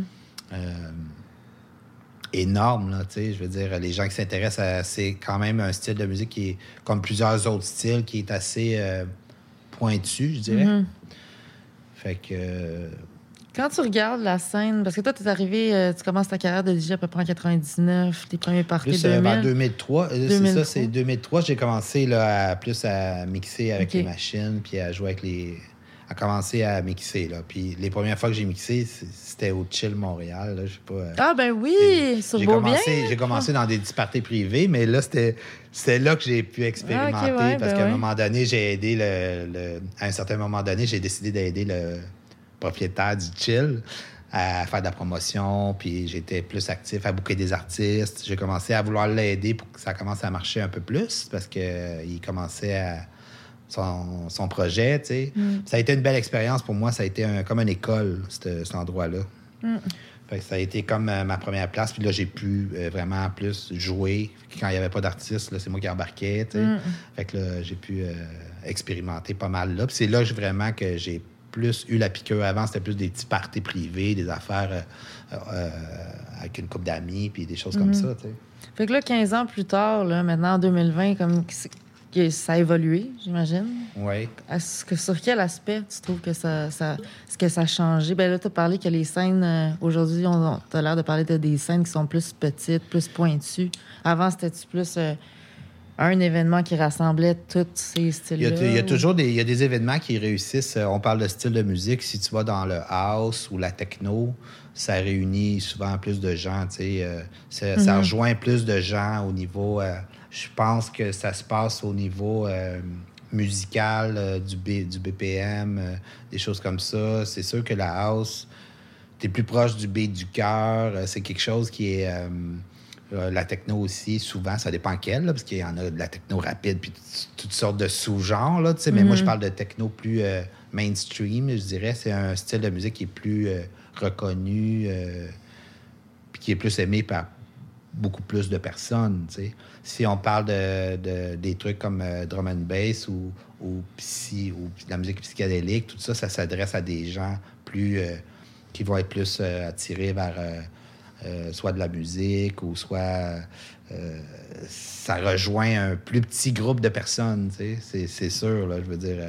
énorme. Là, je veux dire, les gens qui s'intéressent c'est quand même un style de musique qui est, comme plusieurs autres styles, qui est assez pointu, je dirais. Fait que... Quand tu regardes la scène, parce que toi, tu es arrivé, tu commences ta carrière de DJ à peu près en 99, tes premiers parties 2000. Vers 2003. C'est ça, c'est 2003. J'ai commencé là, à mixer avec les machines, puis à jouer avec à commencer à mixer. Là. Puis les premières fois que j'ai mixé, c'était au Chill Montréal. Là, je sais pas, ah ben oui, sur Beaubien. J'ai commencé dans des parties privées, mais là, c'était là que j'ai pu expérimenter, parce qu'à un moment donné, j'ai aidé à un certain moment donné, j'ai décidé d'aider le propriétaire du Chill à faire de la promotion, puis j'étais plus actif à booker des artistes. J'ai commencé à vouloir l'aider pour que ça commence à marcher un peu plus, parce qu'il commençait à son projet, tu sais. Ça a été une belle expérience pour moi. Ça a été comme une école, cet endroit-là. Fait que ça a été comme ma première place. Puis là, j'ai pu vraiment plus jouer. Quand il n'y avait pas d'artiste, là, c'est moi qui embarquais, tu sais. Fait que là, j'ai pu expérimenter pas mal là. Puis c'est là vraiment que j'ai plus eu la piqûre. Avant, c'était plus des petits parties privés, des affaires avec une couple d'amis, puis des choses comme ça, tu sais. Fait que là, 15 ans plus tard, là, maintenant en 2020, comme ça a évolué, j'imagine. Oui. Sur quel aspect tu trouves que ça a changé? Bien là, tu as parlé que les scènes, aujourd'hui, tu as l'air de parler de des scènes qui sont plus petites, plus pointues. Avant, c'était-tu plus un événement qui rassemblait tous ces styles-là? Il y a toujours des événements qui réussissent. On parle de style de musique. Si tu vas dans le house ou la techno, ça réunit souvent plus de gens. Ça rejoint plus de gens au niveau... je pense que ça se passe au niveau musical, du BPM, des choses comme ça. C'est sûr que la house, t'es plus proche du beat du cœur. C'est quelque chose qui est... la techno aussi, souvent, ça dépend quelle, là, parce qu'il y en a de la techno rapide puis toutes sortes de sous-genres. Là, mais moi, je parle de techno plus mainstream, je dirais. C'est un style de musique qui est plus reconnu puis qui est plus aimé par beaucoup plus de personnes. T'sais. Si on parle des trucs comme drum and bass ou de la musique psychédélique, tout ça, ça s'adresse à des gens plus qui vont être plus attirés vers... soit de la musique ou soit ça rejoint un plus petit groupe de personnes, tu sais, c'est sûr, là, je veux dire.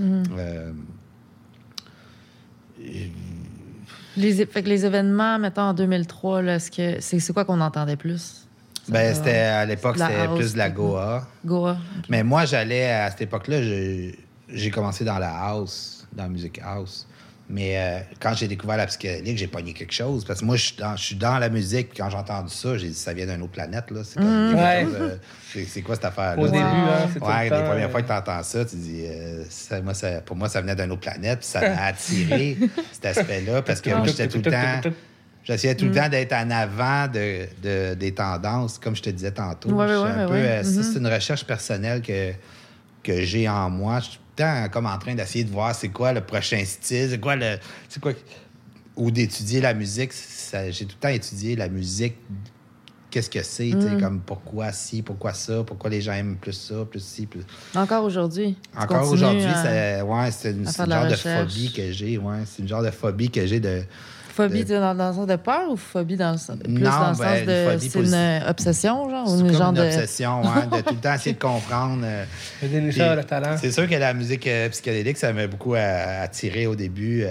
Fait que les événements, mettons, en 2003, là, c'est quoi qu'on entendait plus? À l'époque, c'était plus de la Goa. Goa. Okay. Mais moi, j'allais, à cette époque-là, j'ai commencé dans la house, dans la musique house. Mais quand j'ai découvert la psychédélique, j'ai pogné quelque chose. Parce que moi, je suis dans la musique. Quand j'ai entendu ça, j'ai dit, ça vient d'une autre planète. Là. C'est comme c'est quoi cette affaire-là? Au début, c'est tout le temps, les premières fois que tu entends ça, tu dis, pour moi, ça venait d'une autre planète. Puis ça m'a attiré, cet aspect-là. Parce que moi, j'étais tout le temps... J'essayais tout le temps d'être en avant des tendances, comme je te disais tantôt. C'est une recherche personnelle que j'ai en moi. Je suis tout le temps comme en train d'essayer de voir c'est quoi le prochain style, c'est quoi ou d'étudier la musique. J'ai tout le temps étudié la musique qu'est-ce que c'est, tu sais, comme pourquoi ci, pourquoi ça, pourquoi les gens aiment plus ça, plus ci, plus... Encore aujourd'hui. Encore aujourd'hui, c'est une faire de genre la de recherche. phobie que j'ai, c'est une genre de phobie que j'ai de... Phobie dans le sens de peur ou phobie dans le sens, plus Non, dans le sens une de... phobie C'est une obsession, genre? C'est Ou comme genre une de... obsession, de tout le temps essayer de comprendre. Le dénicheur, Puis, le talent. C'est sûr que la musique psychédélique, ça m'a beaucoup attiré au début.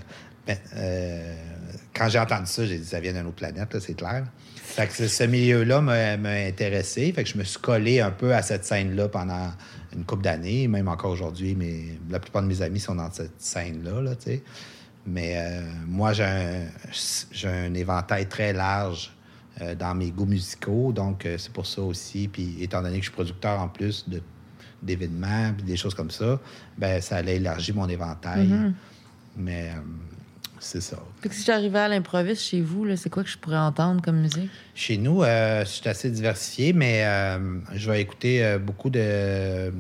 Quand j'ai entendu ça, j'ai dit ça vient d'une autre planète, là, c'est clair. Fait que ce milieu-là m'a intéressé. Fait que je me suis collé un peu à cette scène-là pendant une couple d'années, même encore aujourd'hui. Mais la plupart de mes amis sont dans cette scène-là, là, tu sais. Mais moi, j'ai un éventail très large dans mes goûts musicaux. Donc, c'est pour ça aussi. Puis, étant donné que je suis producteur en plus d'événements puis des choses comme ça, ben ça allait élargir mon éventail. Mm-hmm. Mais c'est ça. Fait que si j'arrivais à l'improviste chez vous, là, c'est quoi que je pourrais entendre comme musique? Chez nous, je suis assez diversifié, mais je vais écouter beaucoup de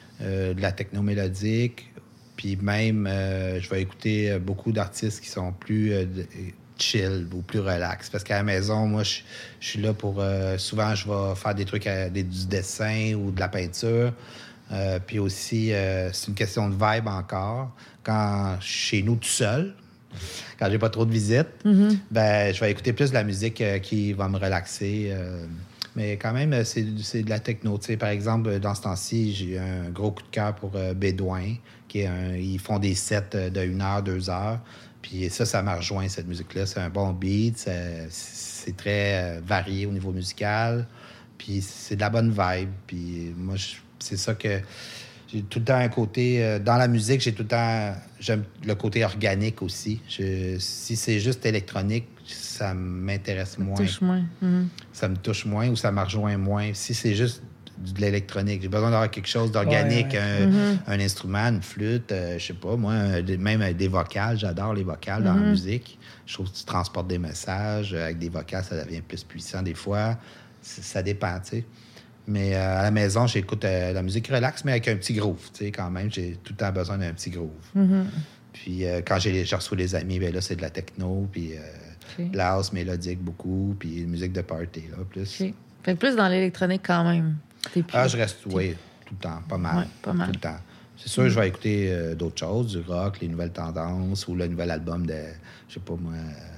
la techno mélodique. Puis même, je vais écouter beaucoup d'artistes qui sont plus chill ou plus relax. Parce qu'à la maison, moi, je suis là pour... souvent, je vais faire des trucs, du dessin ou de la peinture. Puis aussi, c'est une question de vibe encore. Quand je suis chez nous tout seul, quand j'ai pas trop de visites, ben, je vais écouter plus de la musique qui va me relaxer. Mais quand même, c'est de la techno. Tu sais, par exemple, dans ce temps-ci, j'ai un gros coup de cœur pour Bédouin. Ils font des sets de 1 heure, 2 heures. Puis ça m'a rejoint, cette musique-là. C'est un bon beat. C'est très varié au niveau musical. Puis c'est de la bonne vibe. Puis moi, c'est ça que... J'ai tout le temps un côté... dans la musique, j'ai tout le temps... J'aime le côté organique aussi. Si c'est juste électronique, ça m'intéresse moins. Ça me touche moins. Mm-hmm. Ça me touche moins ou ça me rejoint moins. Si c'est juste de l'électronique, j'ai besoin d'avoir quelque chose d'organique, un instrument, une flûte, je sais pas, moi, même des vocales. J'adore les vocales dans la musique. Je trouve que tu transportes des messages. Avec des vocales, ça devient plus puissant des fois. Ça dépend, tu sais. Mais à la maison, j'écoute la musique relax, mais avec un petit groove, tu sais, quand même. J'ai tout le temps besoin d'un petit groove. Puis quand je reçois les amis, ben là, c'est de la techno, puis de la house mélodique beaucoup, puis musique de party, là, plus. Okay. Fait que plus dans l'électronique quand même. Je reste, oui, tout le temps, pas mal. Ouais, pas mal. Tout le temps. C'est sûr, je vais écouter d'autres choses, du rock, les nouvelles tendances, ou le nouvel album de, je sais pas moi,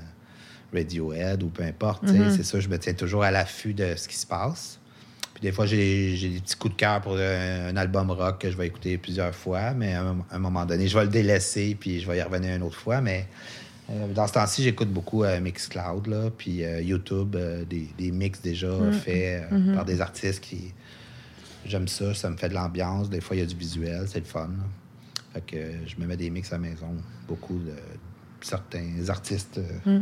Radiohead, ou peu importe. C'est sûr, je me tiens toujours à l'affût de ce qui se passe. Puis des fois, j'ai des petits coups de cœur pour un album rock que je vais écouter plusieurs fois, mais à un moment donné, je vais le délaisser, puis je vais y revenir une autre fois. Mais dans ce temps-ci, j'écoute beaucoup Mixcloud, là, puis YouTube, des mix déjà faits par des artistes qui... J'aime ça, ça me fait de l'ambiance. Des fois, il y a du visuel, c'est le fun. Là. Fait que je me mets des mix à la maison. Beaucoup de certains artistes.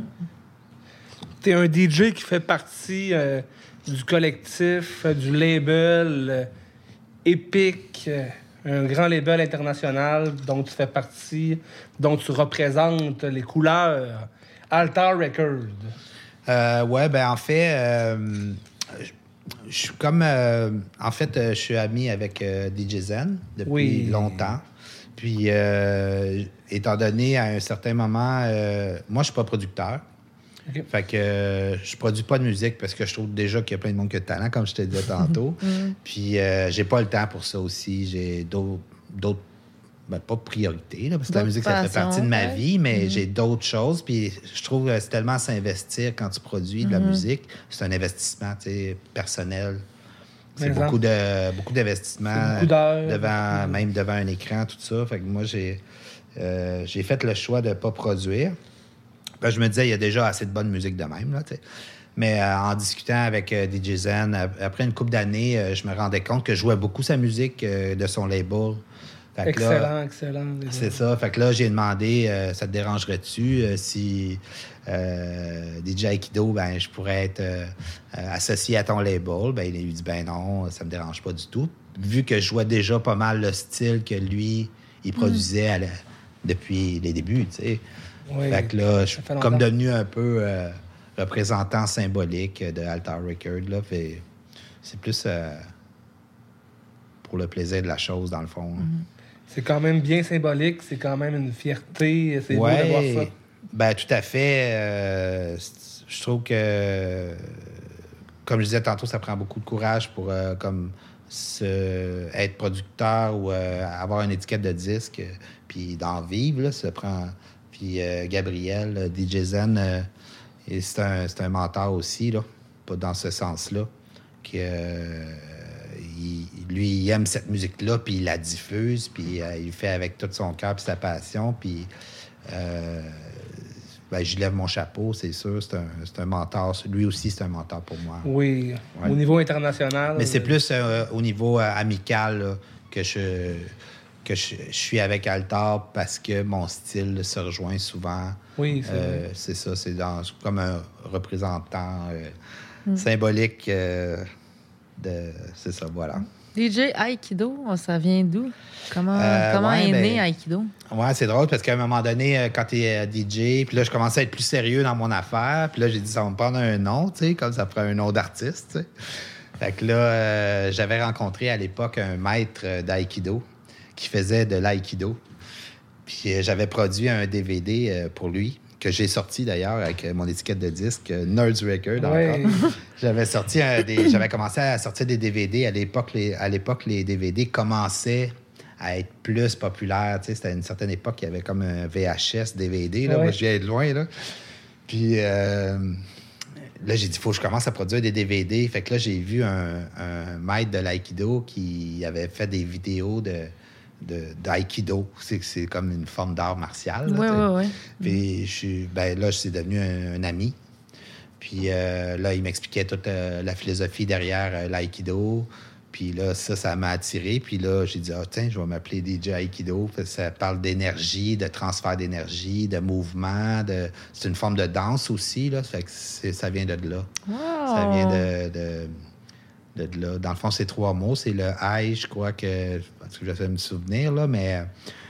T'es un DJ qui fait partie du collectif, du label Epic, un grand label international dont tu fais partie, dont tu représentes les couleurs, Altar Records. Ouais, ben en fait, je suis comme... en fait, je suis ami avec DJ Zen depuis longtemps. Puis, étant donné, à un certain moment, moi, je suis pas producteur. Okay. Fait que je produis pas de musique parce que je trouve déjà qu'il y a plein de monde qui a de talent, comme je te disais tantôt. Puis j'ai pas le temps pour ça aussi. J'ai d'autres ben, pas priorité, là, parce que la musique, ça fait partie de ma vie, mais j'ai d'autres choses. Puis je trouve que c'est tellement s'investir quand tu produis de la musique. C'est un investissement personnel. C'est beaucoup d'investissement même devant un écran, tout ça. Fait que moi, j'ai fait le choix de ne pas produire. Ben, je me disais, il y a déjà assez de bonne musique de même. Là, mais en discutant avec DJ Zen, après une couple d'années, je me rendais compte que je jouais beaucoup sa musique de son label. Fait excellent. C'est ça. Fait que là, j'ai demandé, ça te dérangerait-tu si DJ Aikido, ben, je pourrais être associé à ton label? Ben, il a dit, ben non, ça me dérange pas du tout. Vu que je jouais déjà pas mal le style que lui, il produisait depuis les débuts, tu sais. Oui, fait que là, je suis comme devenu un peu représentant symbolique de Altar Records. Là, c'est plus pour le plaisir de la chose, dans le fond. C'est quand même bien symbolique, c'est quand même une fierté. C'est beau de voir ça. Ben, tout à fait. Je trouve que comme je disais tantôt, ça prend beaucoup de courage pour comme être producteur ou avoir une étiquette de disque, puis d'en vivre, là, ça prend... Puis Gabriel, DJ Zen, c'est un mentor aussi, là, pas dans ce sens-là, lui, il aime cette musique-là, puis il la diffuse, puis il le fait avec tout son cœur puis sa passion, puis je lève mon chapeau, c'est sûr, c'est un mentor. Lui aussi, c'est un mentor pour moi. Oui, ouais. Au niveau international. Mais c'est plus au niveau amical là, que je suis avec Altar parce que mon style se rejoint souvent. Oui, c'est ça, c'est comme un représentant symbolique c'est ça, voilà. DJ Aikido, ça vient d'où? Comment est né Aikido? Ouais, c'est drôle parce qu'à un moment donné, quand tu es DJ, puis là, je commençais à être plus sérieux dans mon affaire, puis là, j'ai dit, ça va me prendre un nom, tu sais, comme ça ferait un nom d'artiste, tu sais. Fait que là, j'avais rencontré à l'époque un maître d'Aikido qui faisait de l'Aikido. Puis j'avais produit un DVD pour lui, que j'ai sorti d'ailleurs avec mon étiquette de disque, Nerds Record encore. J'avais commencé à sortir des DVD. À l'époque, les DVD commençaient à être plus populaires. Tu sais, c'était à une certaine époque, il y avait comme un VHS, DVD. Là. Moi, je viens de loin. Là. Puis là, j'ai dit, il faut que je commence à produire des DVD. Fait que là, j'ai vu un maître de l'aïkido qui avait fait des vidéos d'aïkido. C'est comme une forme d'art martial. Oui. Puis je suis devenu un ami. Puis là, il m'expliquait toute la philosophie derrière l'aïkido. Puis là, ça m'a attiré. Puis là, j'ai dit, tiens, je vais m'appeler DJ Aikido. Ça parle d'énergie, de transfert d'énergie, de mouvement. C'est une forme de danse aussi. Là. Fait que ça vient de là. Wow. Ça vient de là. Dans le fond, c'est 3 mots. C'est le I, je crois que... Parce que j'essaie de me souvenir, là, mais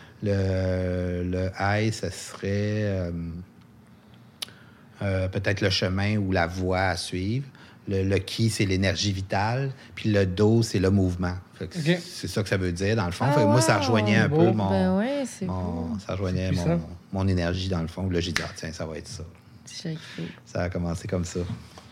le I, ça serait peut-être le chemin ou la voie à suivre. Le ki, c'est l'énergie vitale. Puis le do, c'est le mouvement. C'est ça que ça veut dire, dans le fond. Moi, ça rejoignait un peu ça rejoignait mon énergie, dans le fond. Là, j'ai dit, tiens, ça va être ça. Ça a commencé comme ça.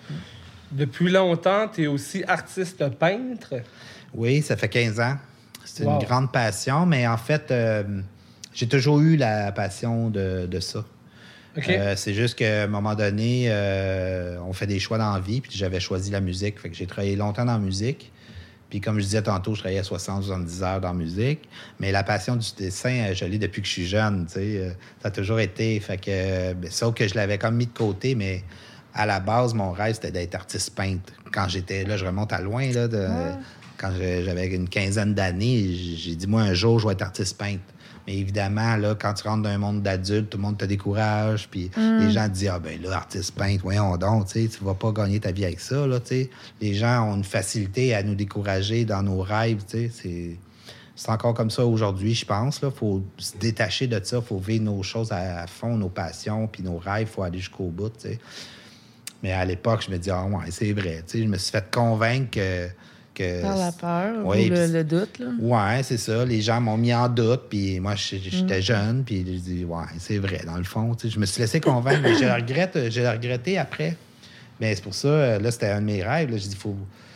Depuis longtemps, tu es aussi artiste peintre? Oui, ça fait 15 ans. C'est une grande passion, mais en fait, j'ai toujours eu la passion de ça. Okay. C'est juste qu'à un moment donné, on fait des choix dans la vie, puis j'avais choisi la musique. Fait que j'ai travaillé longtemps dans la musique. Puis comme je disais tantôt, je travaillais à 60-70 heures dans la musique. Mais la passion du dessin, je l'ai depuis que je suis jeune, tu sais. Ça a toujours été. Fait que, sauf que je l'avais comme mis de côté, mais à la base, mon rêve, c'était d'être artiste peintre. Quand j'étais là, je remonte à loin, là, quand j'avais une quinzaine d'années, j'ai dit, moi, un jour, je vais être artiste peintre. Mais évidemment, là, quand tu rentres dans un monde d'adultes, tout le monde te décourage, puis les gens te disent, artiste peintre, voyons donc, tu vas pas gagner ta vie avec ça, là, tu sais. Les gens ont une facilité à nous décourager dans nos rêves, tu sais. C'est encore comme ça aujourd'hui, je pense, là. Faut se détacher de ça, faut vivre nos choses à fond, nos passions, puis nos rêves, faut aller jusqu'au bout, tu sais. Mais à l'époque, je me dis, c'est vrai, tu sais. Je me suis fait convaincre que par la peur ou le doute, là. Oui, c'est ça. Les gens m'ont mis en doute, puis moi, j'étais jeune, puis je dis, c'est vrai, dans le fond. Tu sais, je me suis laissé convaincre, mais j'ai regretté après. Mais c'est pour ça, là, c'était un de mes rêves. Là, j'ai dit, faut...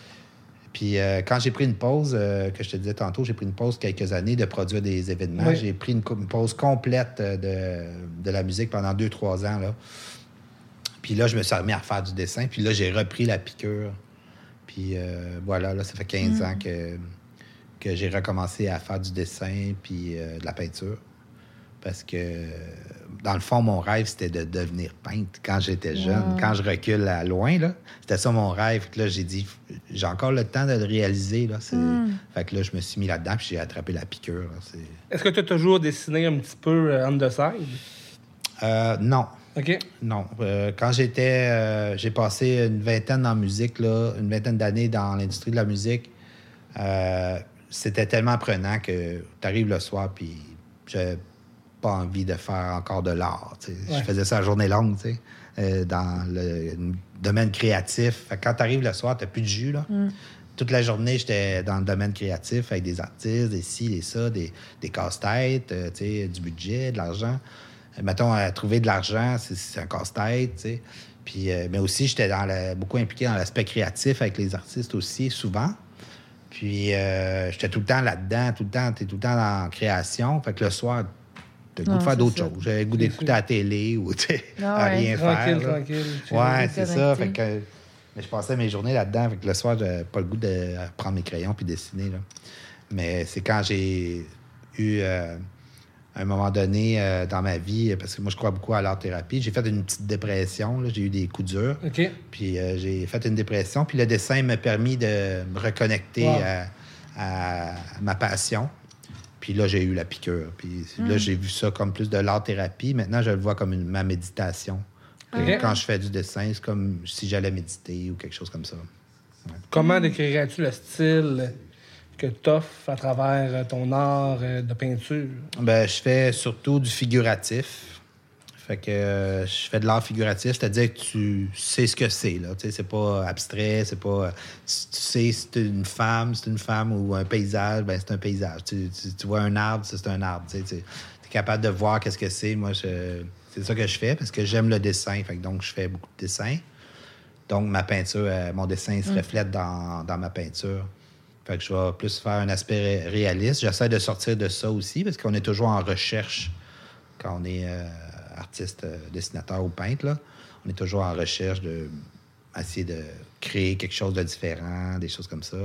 Puis quand j'ai pris une pause, que je te disais tantôt, j'ai pris une pause quelques années de produire des événements. Oui. J'ai pris une pause complète de la musique pendant 2-3 ans, là. Puis là, je me suis remis à faire du dessin, puis là, j'ai repris la piqûre. Puis voilà, là, ça fait 15 ans que j'ai recommencé à faire du dessin puis de la peinture. Parce que, dans le fond, mon rêve, c'était de devenir peintre quand j'étais jeune. Wow. Quand je recule à loin, là, c'était ça mon rêve. Là, j'ai dit, j'ai encore le temps de le réaliser. Là. Fait que là, je me suis mis là-dedans puis j'ai attrapé la piqûre. Là. Est-ce que tu as toujours dessiné un petit peu on the side? Non. OK. Non. Quand j'ai passé une vingtaine dans la musique, là, une vingtaine d'années dans l'industrie de la musique, c'était tellement prenant que tu arrives le soir puis j'avais pas envie de faire encore de l'art. Ouais. Je faisais ça à journée longue, dans le domaine créatif. Fait que quand tu arrives le soir, tu n'as plus de jus. Là. Toute la journée, j'étais dans le domaine créatif avec des artistes, des ci, des ça, des casse-têtes, du budget, de l'argent. Mettons, à trouver de l'argent, c'est un casse-tête, tu sais. Puis, mais aussi, j'étais beaucoup impliqué dans l'aspect créatif avec les artistes aussi, souvent. Puis, j'étais tout le temps là-dedans, t'es tout le temps en création. Fait que le soir, t'as le goût de faire d'autres choses. J'avais le goût d'écouter à la télé ou à rien faire. Tranquille. Ouais, c'est ça. Fait que, mais je passais mes journées là-dedans. Fait que le soir, j'avais pas le goût de prendre mes crayons puis dessiner. Là. Mais c'est quand j'ai eu, à un moment donné dans ma vie, parce que moi, je crois beaucoup à l'art-thérapie, j'ai fait une petite dépression. Là. J'ai eu des coups durs. OK. Puis j'ai fait une dépression. Puis le dessin m'a permis de me reconnecter à ma passion. Puis là, j'ai eu la piqûre. Puis là, j'ai vu ça comme plus de l'art-thérapie. Maintenant, je le vois comme ma méditation. Okay. Quand je fais du dessin, c'est comme si j'allais méditer ou quelque chose comme ça. Ouais. Comment décrirais-tu le style que tu offres à travers ton art de peinture? Ben, je fais surtout du figuratif. Fait que je fais de l'art figuratif, c'est-à-dire que tu sais ce que c'est, là. Tu sais, c'est pas abstrait, c'est pas... Si tu sais si c'est une femme ou un paysage, ben c'est un paysage. Tu vois un arbre, c'est un arbre. Tu es capable de voir qu'est-ce que c'est. Moi, c'est ça que je fais parce que j'aime le dessin. Fait que donc, je fais beaucoup de dessins. Donc, ma peinture, mon dessin se reflète dans ma peinture. Fait que je vais plus faire un aspect réaliste. J'essaie de sortir de ça aussi parce qu'on est toujours en recherche quand on est artiste, dessinateur ou peintre. Là. On est toujours en recherche de essayer de créer quelque chose de différent, des choses comme ça.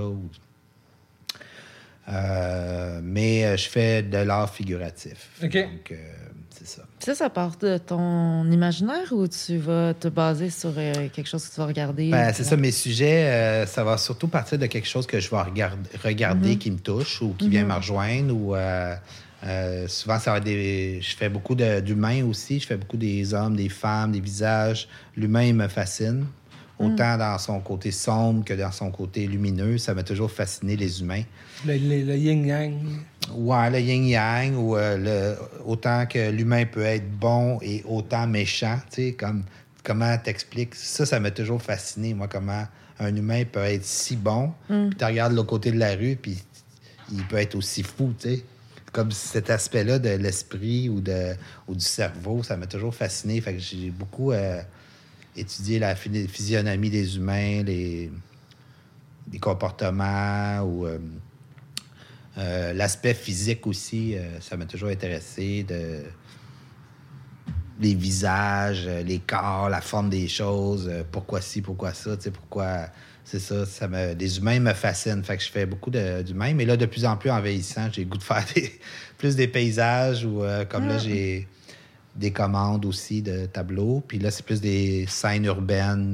Mais je fais de l'art figuratif. OK. Donc, c'est ça. Ça part de ton imaginaire ou tu vas te baser sur quelque chose que tu vas regarder? Ben, c'est ça, mes sujets, ça va surtout partir de quelque chose que je vais regarder qui me touche ou qui vient me rejoindre. Ou souvent, ça va je fais beaucoup d'humains aussi. Je fais beaucoup des hommes, des femmes, des visages. L'humain, il me fascine. Autant dans son côté sombre que dans son côté lumineux. Ça m'a toujours fasciné, les humains. Le yin-yang. Ouais, le yin-yang, ou autant que l'humain peut être bon et autant méchant, tu sais, comment t'expliques? Ça m'a toujours fasciné, moi, comment un humain peut être si bon, puis tu regardes l'autre côté de la rue, puis il peut être aussi fou, tu sais. Comme cet aspect-là de l'esprit ou du cerveau, ça m'a toujours fasciné. Fait que j'ai beaucoup étudié la physionomie des humains, les comportements ou... l'aspect physique aussi, ça m'a toujours intéressé. Les visages, les corps, la forme des choses, pourquoi ci, pourquoi ça, tu sais, pourquoi... C'est ça, les humains me fascinent. Fait que je fais beaucoup d'humains. Mais là, de plus en plus, en vieillissant, j'ai le goût de faire plus des paysages ou comme là, j'ai des commandes aussi de tableaux. Puis là, c'est plus des scènes urbaines,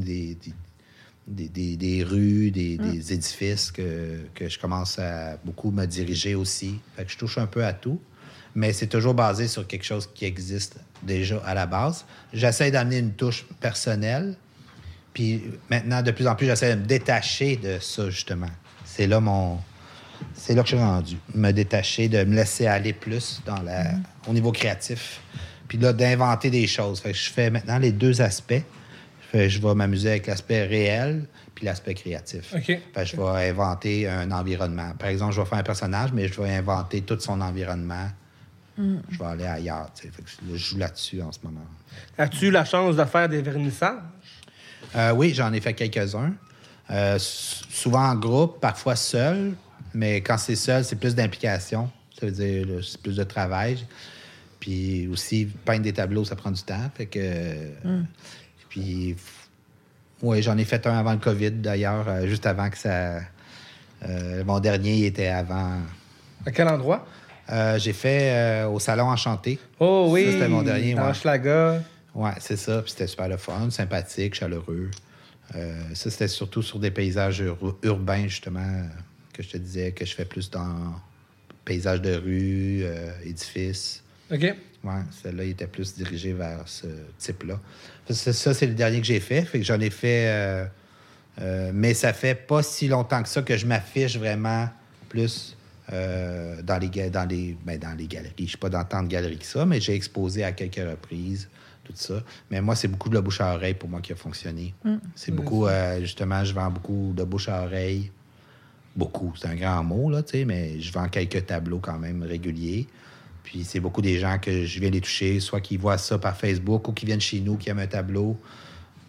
des rues, des édifices que je commence à beaucoup me diriger aussi. Fait que je touche un peu à tout, mais c'est toujours basé sur quelque chose qui existe déjà à la base. J'essaie d'amener une touche personnelle, puis maintenant, de plus en plus, j'essaie de me détacher de ça, justement. C'est là que je suis rendu. Me détacher, de me laisser aller plus au niveau créatif, puis là, d'inventer des choses. Fait que je fais maintenant les deux aspects. Je vais m'amuser avec l'aspect réel puis l'aspect créatif. Okay. Je vais inventer un environnement. Par exemple, je vais faire un personnage, mais je vais inventer tout son environnement. Je vais aller ailleurs. Fait que je joue là-dessus en ce moment. As-tu eu la chance de faire des vernissages? Oui, j'en ai fait quelques-uns. Souvent en groupe, parfois seul. Mais quand c'est seul, c'est plus d'implication. Ça veut dire c'est plus de travail. Puis aussi, peindre des tableaux, ça prend du temps. Fait que... Puis, oui, j'en ai fait un avant le COVID, d'ailleurs, juste avant que ça... mon dernier, il était avant... À quel endroit? J'ai fait au Salon Enchanté. Oh oui! Ça, c'était mon dernier. Dans Hochelaga. Oui, c'est ça. Puis c'était super le fun, sympathique, chaleureux. Ça, c'était surtout sur des paysages urbains, justement, que je te disais, que je fais plus dans paysages de rue, édifices. OK. Oui, celle-là, il était plus dirigé vers ce type-là. Ça, c'est le dernier que j'ai fait. Fait que j'en ai fait... mais ça fait pas si longtemps que ça que je m'affiche vraiment plus dans les galeries. Je suis pas dans tant de galeries que ça, mais j'ai exposé à quelques reprises, tout ça. Mais moi, c'est beaucoup de la bouche à oreille pour moi qui a fonctionné. C'est beaucoup... justement, je vends beaucoup de bouche à oreille. Beaucoup, c'est un grand mot, là, tu sais, mais je vends quelques tableaux quand même réguliers. Puis c'est beaucoup des gens que je viens les toucher, soit qui voient ça par Facebook ou qui viennent chez nous, qui aiment un tableau.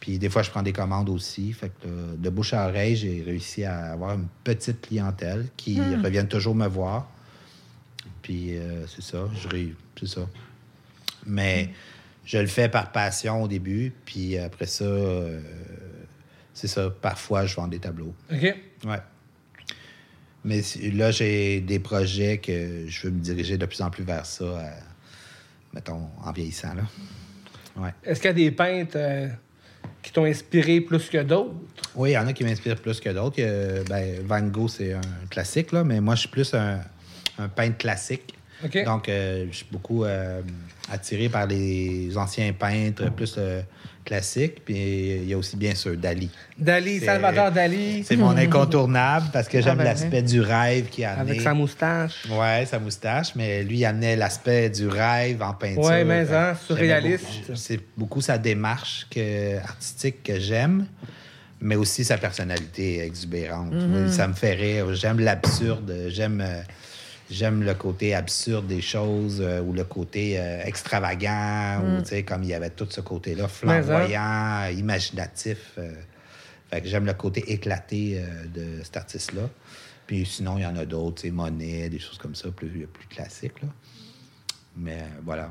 Puis des fois, je prends des commandes aussi. Fait que de bouche à oreille, j'ai réussi à avoir une petite clientèle qui reviennent toujours me voir. Puis c'est ça, c'est ça. Mais je le fais par passion au début. Puis après ça, c'est ça. Parfois, je vends des tableaux. OK. Ouais. Mais là, j'ai des projets que je veux me diriger de plus en plus vers ça, mettons, en vieillissant, là. Ouais. Est-ce qu'il y a des peintres qui t'ont inspiré plus que d'autres? Oui, il y en a qui m'inspirent plus que d'autres. Van Gogh, c'est un classique, là, mais moi, je suis plus un peintre classique. OK. Donc, je suis beaucoup attiré par les anciens peintres plus classiques. Puis, il y a aussi, bien sûr, Dali. Dali, Salvador Dali. C'est mon incontournable parce que j'aime ben, l'aspect du rêve qu'il a amené. Avec sa moustache. Oui, sa moustache, mais lui, il amenait l'aspect du rêve en peinture. Oui, mais surréaliste. C'est beaucoup sa démarche artistique que j'aime, mais aussi sa personnalité exubérante. Oui, ça me fait rire. J'aime l'absurde. J'aime le côté absurde des choses ou le côté extravagant, ou tu sais, comme il y avait tout ce côté-là, flamboyant, imaginatif. Fait que j'aime le côté éclaté de cet artiste-là. Puis sinon, il y en a d'autres, tu sais, Monet, des choses comme ça, plus classiques, là. Mais voilà.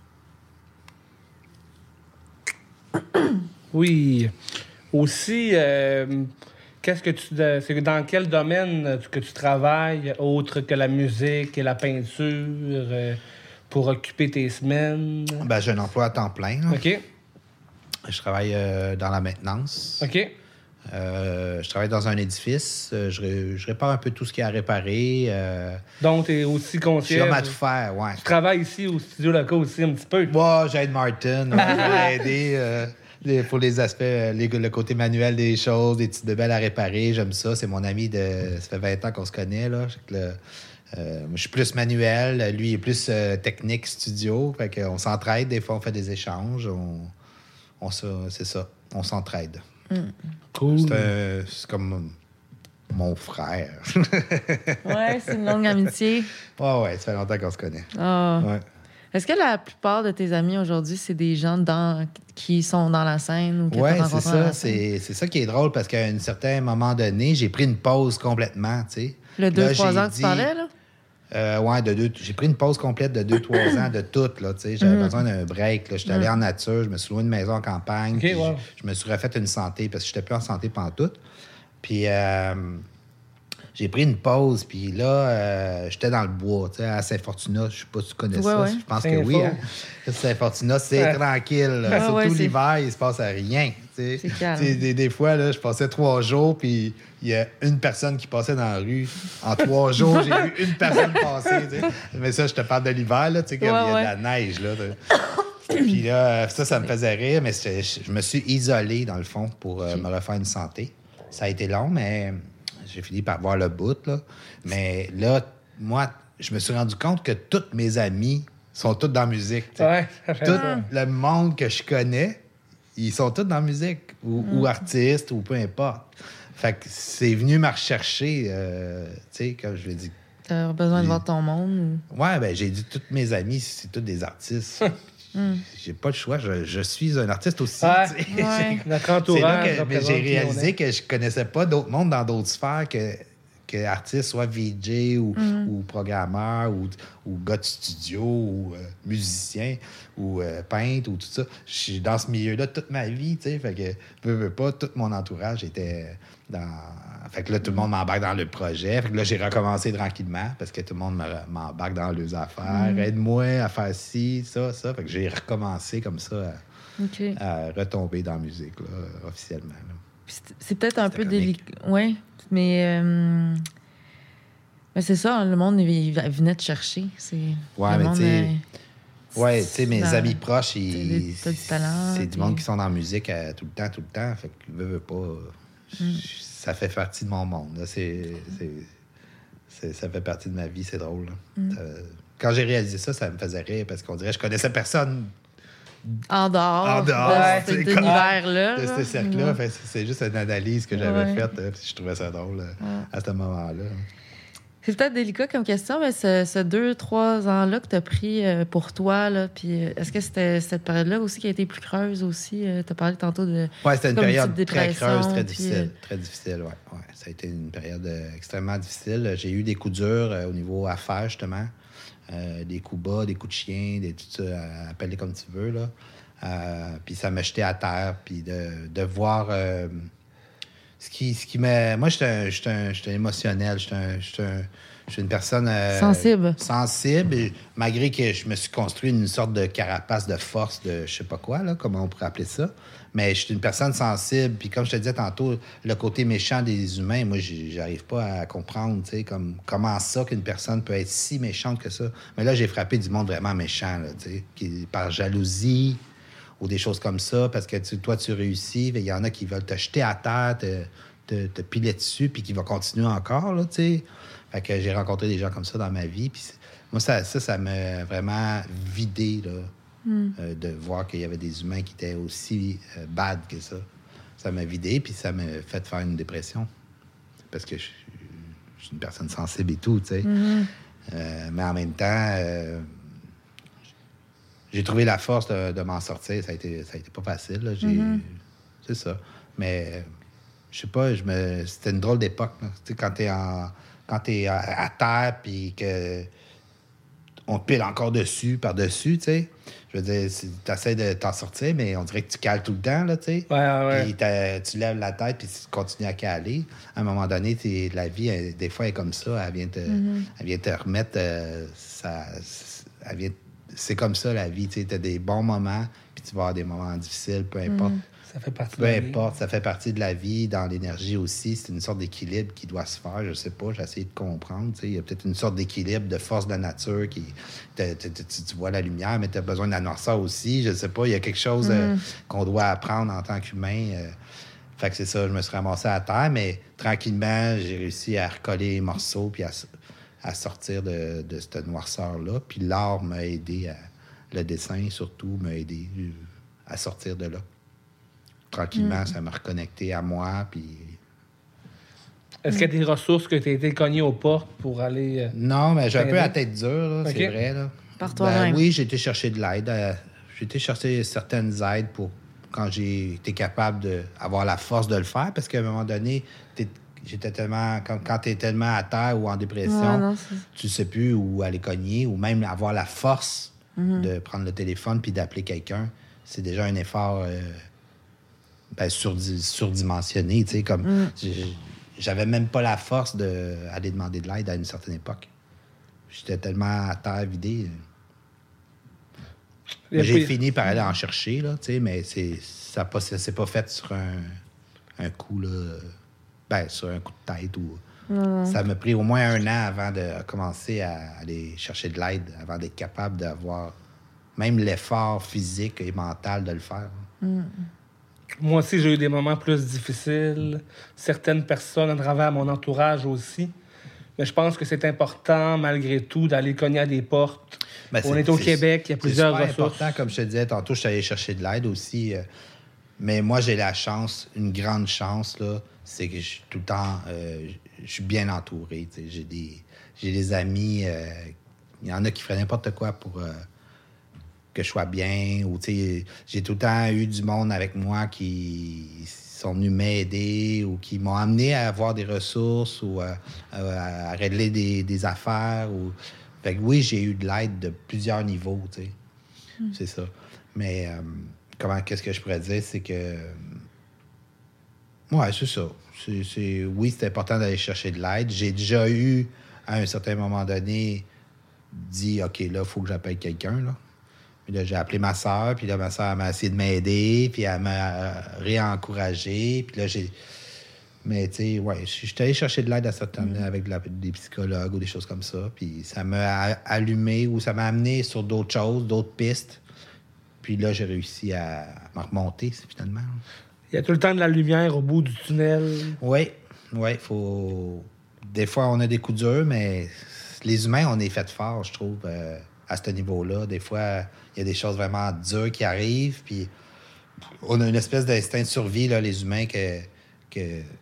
Oui. Aussi, c'est dans quel domaine que tu travailles, autre que la musique et la peinture, pour occuper tes semaines? Ben, j'ai un emploi à temps plein, là. OK. Je travaille dans la maintenance. OK. Je travaille dans un édifice. Je répare un peu tout ce qu'il y a à réparer. Donc, tu es aussi Je suis concierge. homme à tout faire, ouais. Tu travailles ici au studio local aussi un petit peu. Moi, j'aide Martin. Je vais l'aider pour les aspects, le côté manuel des choses, des petites bébelles à réparer. J'aime ça. C'est mon ami ça fait 20 ans qu'on se connaît, là. Je suis plus manuel. Lui, il est plus technique, studio. Fait qu'on s'entraide. Des fois, on fait des échanges. C'est ça. On s'entraide. Cool. C'est comme mon frère. Ouais, c'est une longue amitié. Ouais, ça fait longtemps qu'on se connaît. Ah. Ouais. Est-ce que la plupart de tes amis aujourd'hui, c'est des gens qui sont dans la scène ou que Oui, t'as c'est rencontré dans ça. la scène? C'est ça qui est drôle parce qu'à un certain moment donné, j'ai pris une pause complètement, tu sais. Le Là, 2-3 ans j'ai que tu dit- parlais, là? J'ai pris une pause complète de 2-3 ans de tout, là, tu sais. J'avais besoin d'un break, là. J'étais allé en nature, je me suis loué une maison en campagne. OK, puis wow. je me suis refait une santé parce que j'étais plus en santé pantoute. Puis j'ai pris une pause, puis là, j'étais dans le bois, tu sais, à Saint-Fortuna. Je sais pas si tu connais ça. Ouais. Je pense que Saint-Fort. oui, hein. Saint-Fortuna, c'est Ouais. tranquille. Là. Ouais, Surtout ouais, l'hiver, il se passe rien. Tu sais. C'est calme. Tu sais, des fois, là, je passais 3 jours, puis il y a une personne qui passait dans la rue. En 3 jours, j'ai vu une personne passer. Tu sais. Mais ça, je te parle de l'hiver, là, tu sais, comme il y a de la neige. Là, puis là, ça me faisait rire, mais je me suis isolé, dans le fond, pour me refaire une santé. Ça a été long, mais j'ai fini par voir le bout. Là. Mais là, moi, je me suis rendu compte que tous mes amis sont tous dans la musique. tu sais. Ouais, ça fait Tout ça. le monde que je connais, ils sont tous dans la musique, ou artistes, ou peu importe. Fait que c'est venu me rechercher, tu sais, comme je l'ai dit. T'as besoin de voir ton monde? Ouais, ben j'ai dit, tous mes amis, c'est tous des artistes. J'ai pas le choix, je suis un artiste aussi. Ouais. tu sais. Ouais. Notre C'est là entourage. que représente j'ai qui on réalisé est. que je connaissais pas d'autres mondes dans d'autres sphères que artiste, soit VJ ou programmeur ou gars de studio ou musicien ou peintre ou tout ça. Je suis dans ce milieu-là toute ma vie, tu sais. Fait que, veux pas, tout mon entourage était dans... Fait que là, tout le monde m'embarque dans le projet. Fait que là, j'ai recommencé tranquillement parce que tout le monde m'embarque dans leurs affaires. Aide-moi à faire ci, ça. Fait que j'ai recommencé comme ça OK. à retomber dans la musique, là, officiellement. là. Puis c'est peut-être un C'était peu comique. délicat. Oui, mais c'est ça, le monde il venait te chercher. Ouais, le mais monde, tu sais, ouais, tu sais, mes dans- amis proches, t'as du talent, c'est du puis- monde qui sont dans la musique tout le temps. Fait que veux pas. Ça fait partie de mon monde. Là. Ça fait partie de ma vie, c'est drôle. Là. Quand j'ai réalisé ça, ça me faisait rire parce qu'on dirait que je connaissais personne En dehors, En dehors, de tu sais, cet univers-là. de là. ce cercle-là. Fait que c'est juste une analyse que j'avais Ouais. faite. Puis je trouvais ça drôle à ce moment-là. C'est peut-être délicat comme question, mais ce 2-3 ans-là que tu as pris pour toi, là, puis est-ce que c'était cette période-là aussi qui a été plus creuse aussi? Tu as parlé tantôt de... Oui, c'était une comme période petite très creuse, très puis, difficile. Très difficile, oui. Ouais. Ça a été une période extrêmement difficile. J'ai eu des coups durs au niveau affaires, justement. Des coups bas, des coups de chien, tout ça, appelez comme tu veux, là. Puis ça m'a jeté à terre, puis de voir... ce qui m'a... Moi, j'étais émotionnel, je suis une personne... sensible, et malgré que je me suis construit une sorte de carapace de force de je sais pas quoi, là, comment on pourrait appeler ça. Mais je suis une personne sensible, puis comme je te disais tantôt, le côté méchant des humains, moi, j'arrive pas à comprendre, tu sais, comment ça qu'une personne peut être si méchante que ça. Mais là, j'ai frappé du monde vraiment méchant, là, tu sais, par jalousie ou des choses comme ça, parce que toi, tu réussis, il y en a qui veulent te jeter à terre, te piler dessus, puis qui vont continuer encore, là, tu sais. Fait que j'ai rencontré des gens comme ça dans ma vie, puis moi, ça m'a vraiment vidé, là, de voir qu'il y avait des humains qui étaient aussi bad que ça. Ça m'a vidé, puis ça m'a fait faire une dépression, parce que je suis une personne sensible et tout, tu sais. Mais en même temps... j'ai trouvé la force de m'en sortir. Ça a été pas facile. Là. C'est ça. Mais, je sais pas, c'était une drôle d'époque. Tu sais, quand t'es à terre puis qu'on te pile encore par-dessus, tu sais. Je veux dire, t'essaies de t'en sortir, mais on dirait que tu cales tout le temps, là, tu sais. Ouais. Puis tu lèves la tête puis tu continues à caler. À un moment donné, la vie, des fois, elle est comme ça. Elle vient te remettre... c'est comme ça, la vie. Tu as des bons moments, puis tu vas avoir des moments difficiles, peu importe. Ça fait partie Peu de la vie. importe, ça fait partie de la vie, dans l'énergie aussi. C'est une sorte d'équilibre qui doit se faire. Je sais pas, j'ai essayé de comprendre. Il y a peut-être une sorte d'équilibre, de force de la nature qui... Tu vois la lumière, mais tu as besoin de la noirceur aussi. Je sais pas, il y a quelque chose qu'on doit apprendre en tant qu'humain. Fait que c'est ça, je me suis ramassé à terre, mais tranquillement, j'ai réussi à recoller les morceaux puis à sortir de cette noirceur-là. Puis l'art m'a aidé, le dessin surtout m'a aidé à sortir de là. Tranquillement, ça m'a reconnecté à moi. Puis... Est-ce qu'il y a des ressources que tu as été cogné aux portes pour aller... Non, mais j'ai un peu la tête dure, là, OK. c'est vrai. Là. Par toi-même. Oui, j'ai été chercher de l'aide. J'ai été chercher certaines aides pour quand j'ai été capable d'avoir la force de le faire, parce qu'à un moment donné, j'étais tellement... Quand tu es tellement à terre ou en dépression, tu sais plus où aller cogner, ou même avoir la force de prendre le téléphone puis d'appeler quelqu'un. C'est déjà un effort surdimensionné, tu sais, comme... J'avais même pas la force d'aller demander de l'aide à une certaine époque. J'étais tellement à terre vidé. J'ai fini par aller en chercher, là, tu sais, mais ça s'est pas fait sur un coup, là... sur un coup de tête ou... Ça m'a pris au moins 1 an avant de commencer à aller chercher de l'aide, avant d'être capable d'avoir même l'effort physique et mental de le faire. Moi aussi, j'ai eu des moments plus difficiles. Certaines personnes à travers mon entourage aussi. Mais je pense que c'est important, malgré tout, d'aller cogner à des portes. On est au Québec, il y a plusieurs ressources. C'est important, comme je te disais tantôt, je suis allé chercher de l'aide aussi. Mais moi, j'ai la chance, une grande chance, là, c'est que je suis tout le temps... je suis bien entouré. J'ai des amis... Il y en a qui feraient n'importe quoi pour que je sois bien. Ou, j'ai tout le temps eu du monde avec moi qui sont venus m'aider ou qui m'ont amené à avoir des ressources ou à régler des affaires. Fait que oui, j'ai eu de l'aide de plusieurs niveaux. C'est ça. Mais qu'est-ce que je pourrais dire? C'est que... Ouais, c'est ça. Oui, c'est important d'aller chercher de l'aide. J'ai déjà eu, à un certain moment donné, dit, OK, là, il faut que j'appelle quelqu'un, là. Puis là, j'ai appelé ma soeur, puis là, ma soeur m'a essayé de m'aider, puis elle m'a réencouragé, puis là, j'ai... Mais, tu sais, ouais, je suis allé chercher de l'aide à certains avec des psychologues ou des choses comme ça, puis ça m'a allumé ou ça m'a amené sur d'autres choses, d'autres pistes. Puis là, j'ai réussi à me remonter, finalement. Il y a tout le temps de la lumière au bout du tunnel. Oui, faut... Des fois, on a des coups durs, mais les humains, on est fait fort, je trouve, à ce niveau-là. Des fois, il y a des choses vraiment dures qui arrivent, puis on a une espèce d'instinct de survie, là, les humains, que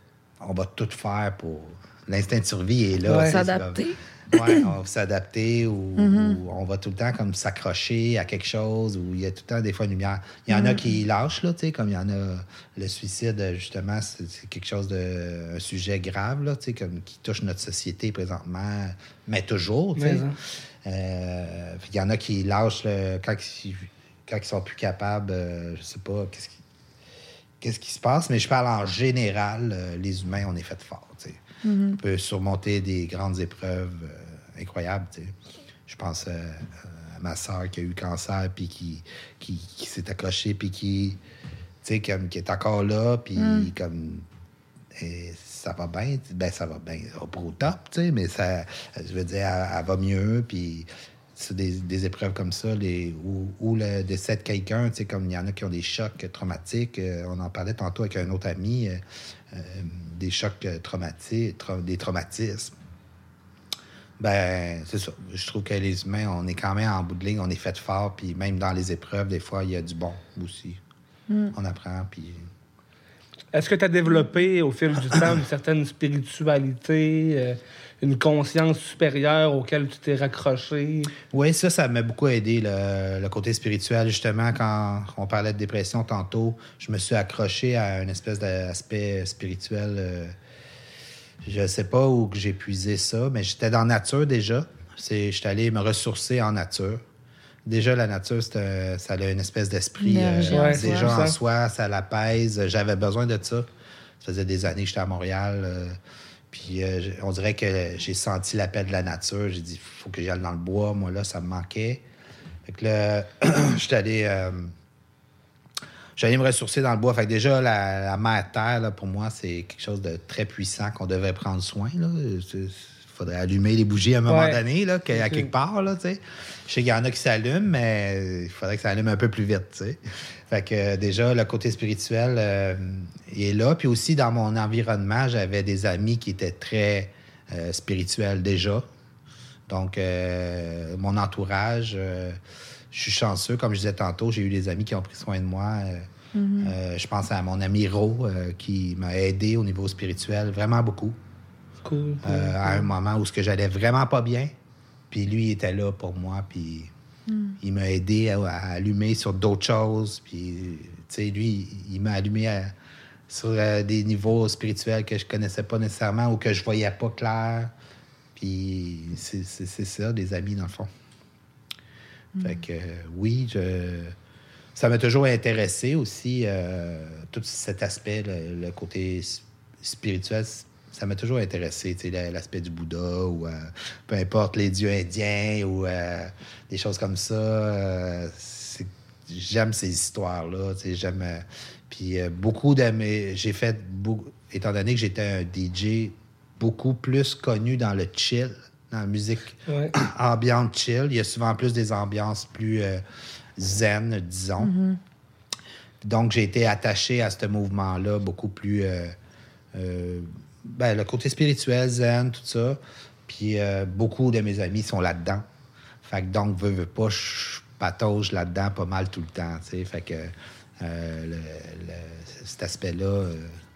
on va tout faire pour... L'instinct de survie est là. Ouais. S'adapter. Oui, on va s'adapter ou on va tout le temps comme s'accrocher à quelque chose où il y a tout le temps des fois une lumière. Il y en a qui lâchent, là, tu sais, comme il y en a le suicide, justement, c'est quelque chose un sujet grave, là, tu sais, comme qui touche notre société présentement, mais toujours, tu sais. Il y en a qui lâchent quand ils sont plus capables, je sais pas, qu'est-ce qui se passe, mais je parle en général, les humains, on est fait forts, tu sais. On peut surmonter des grandes épreuves incroyables. Tu sais. Je pense à ma soeur qui a eu cancer puis qui s'est accrochée puis qui est encore là puis comme ça va bien. Ben ça va bien. Pas au top, tu sais, mais ça, je veux dire, elle va mieux puis c'est des épreuves comme ça, ou le décès de quelqu'un, tu sais, comme il y en a qui ont des chocs traumatiques. On en parlait tantôt avec un autre ami, des chocs traumatiques, des traumatismes. Ben, c'est ça. Je trouve que les humains, on est quand même en bout de ligne, on est fait fort, puis même dans les épreuves, des fois, il y a du bon aussi. On apprend, puis... Est-ce que tu as développé au fil du temps une certaine spiritualité, une conscience supérieure auquel tu t'es raccroché? Oui, ça m'a beaucoup aidé, le côté spirituel. Justement, quand on parlait de dépression tantôt, je me suis accroché à une espèce d'aspect spirituel. Je ne sais pas où que j'ai puisé ça, mais j'étais dans la nature déjà. J'étais allé me ressourcer en nature. Déjà, la nature, ça a une espèce d'esprit déjà en soi, ça l'apaise. J'avais besoin de ça. Ça faisait des années que j'étais à Montréal. Puis on dirait que j'ai senti l'appel de la nature. J'ai dit, il faut que j'aille dans le bois. Moi, là, ça me manquait. Fait que là, j'étais allé me ressourcer dans le bois. Fait que déjà, la mère Terre, là, pour moi, c'est quelque chose de très puissant qu'on devrait prendre soin. Il faudrait allumer les bougies à un moment donné, là, à quelque part, là, tu sais. Je sais qu'il y en a qui s'allument, mais il faudrait que ça allume un peu plus vite, tu sais. Fait que déjà, le côté spirituel, il est là. Puis aussi, dans mon environnement, j'avais des amis qui étaient très spirituels déjà. Donc, mon entourage, je suis chanceux. Comme je disais tantôt, j'ai eu des amis qui ont pris soin de moi. Je pense à mon ami Ro, qui m'a aidé au niveau spirituel vraiment beaucoup. Cool. À un moment où j'allais vraiment pas bien. Puis lui, il était là pour moi. Puis il m'a aidé à allumer sur d'autres choses. Puis, tu sais, lui, il m'a allumé sur des niveaux spirituels que je connaissais pas nécessairement ou que je voyais pas clair. Puis c'est ça, des amis, dans le fond. Fait que oui, ça m'a toujours intéressé aussi, tout cet aspect, le côté spirituel. Ça m'a toujours intéressé, tu sais, l'aspect du Bouddha ou peu importe, les dieux indiens ou des choses comme ça. J'aime ces histoires-là, tu sais, j'aime... puis beaucoup de mes... J'ai fait... Étant donné que j'étais un DJ beaucoup plus connu dans le chill, dans la musique ambiante chill, il y a souvent plus des ambiances plus zen, disons. Donc, j'ai été attaché à ce mouvement-là beaucoup plus... le côté spirituel, zen, tout ça. Puis beaucoup de mes amis sont là-dedans. Fait que donc, veux pas, je patauge là-dedans pas mal tout le temps, tu sais. Fait que cet aspect-là,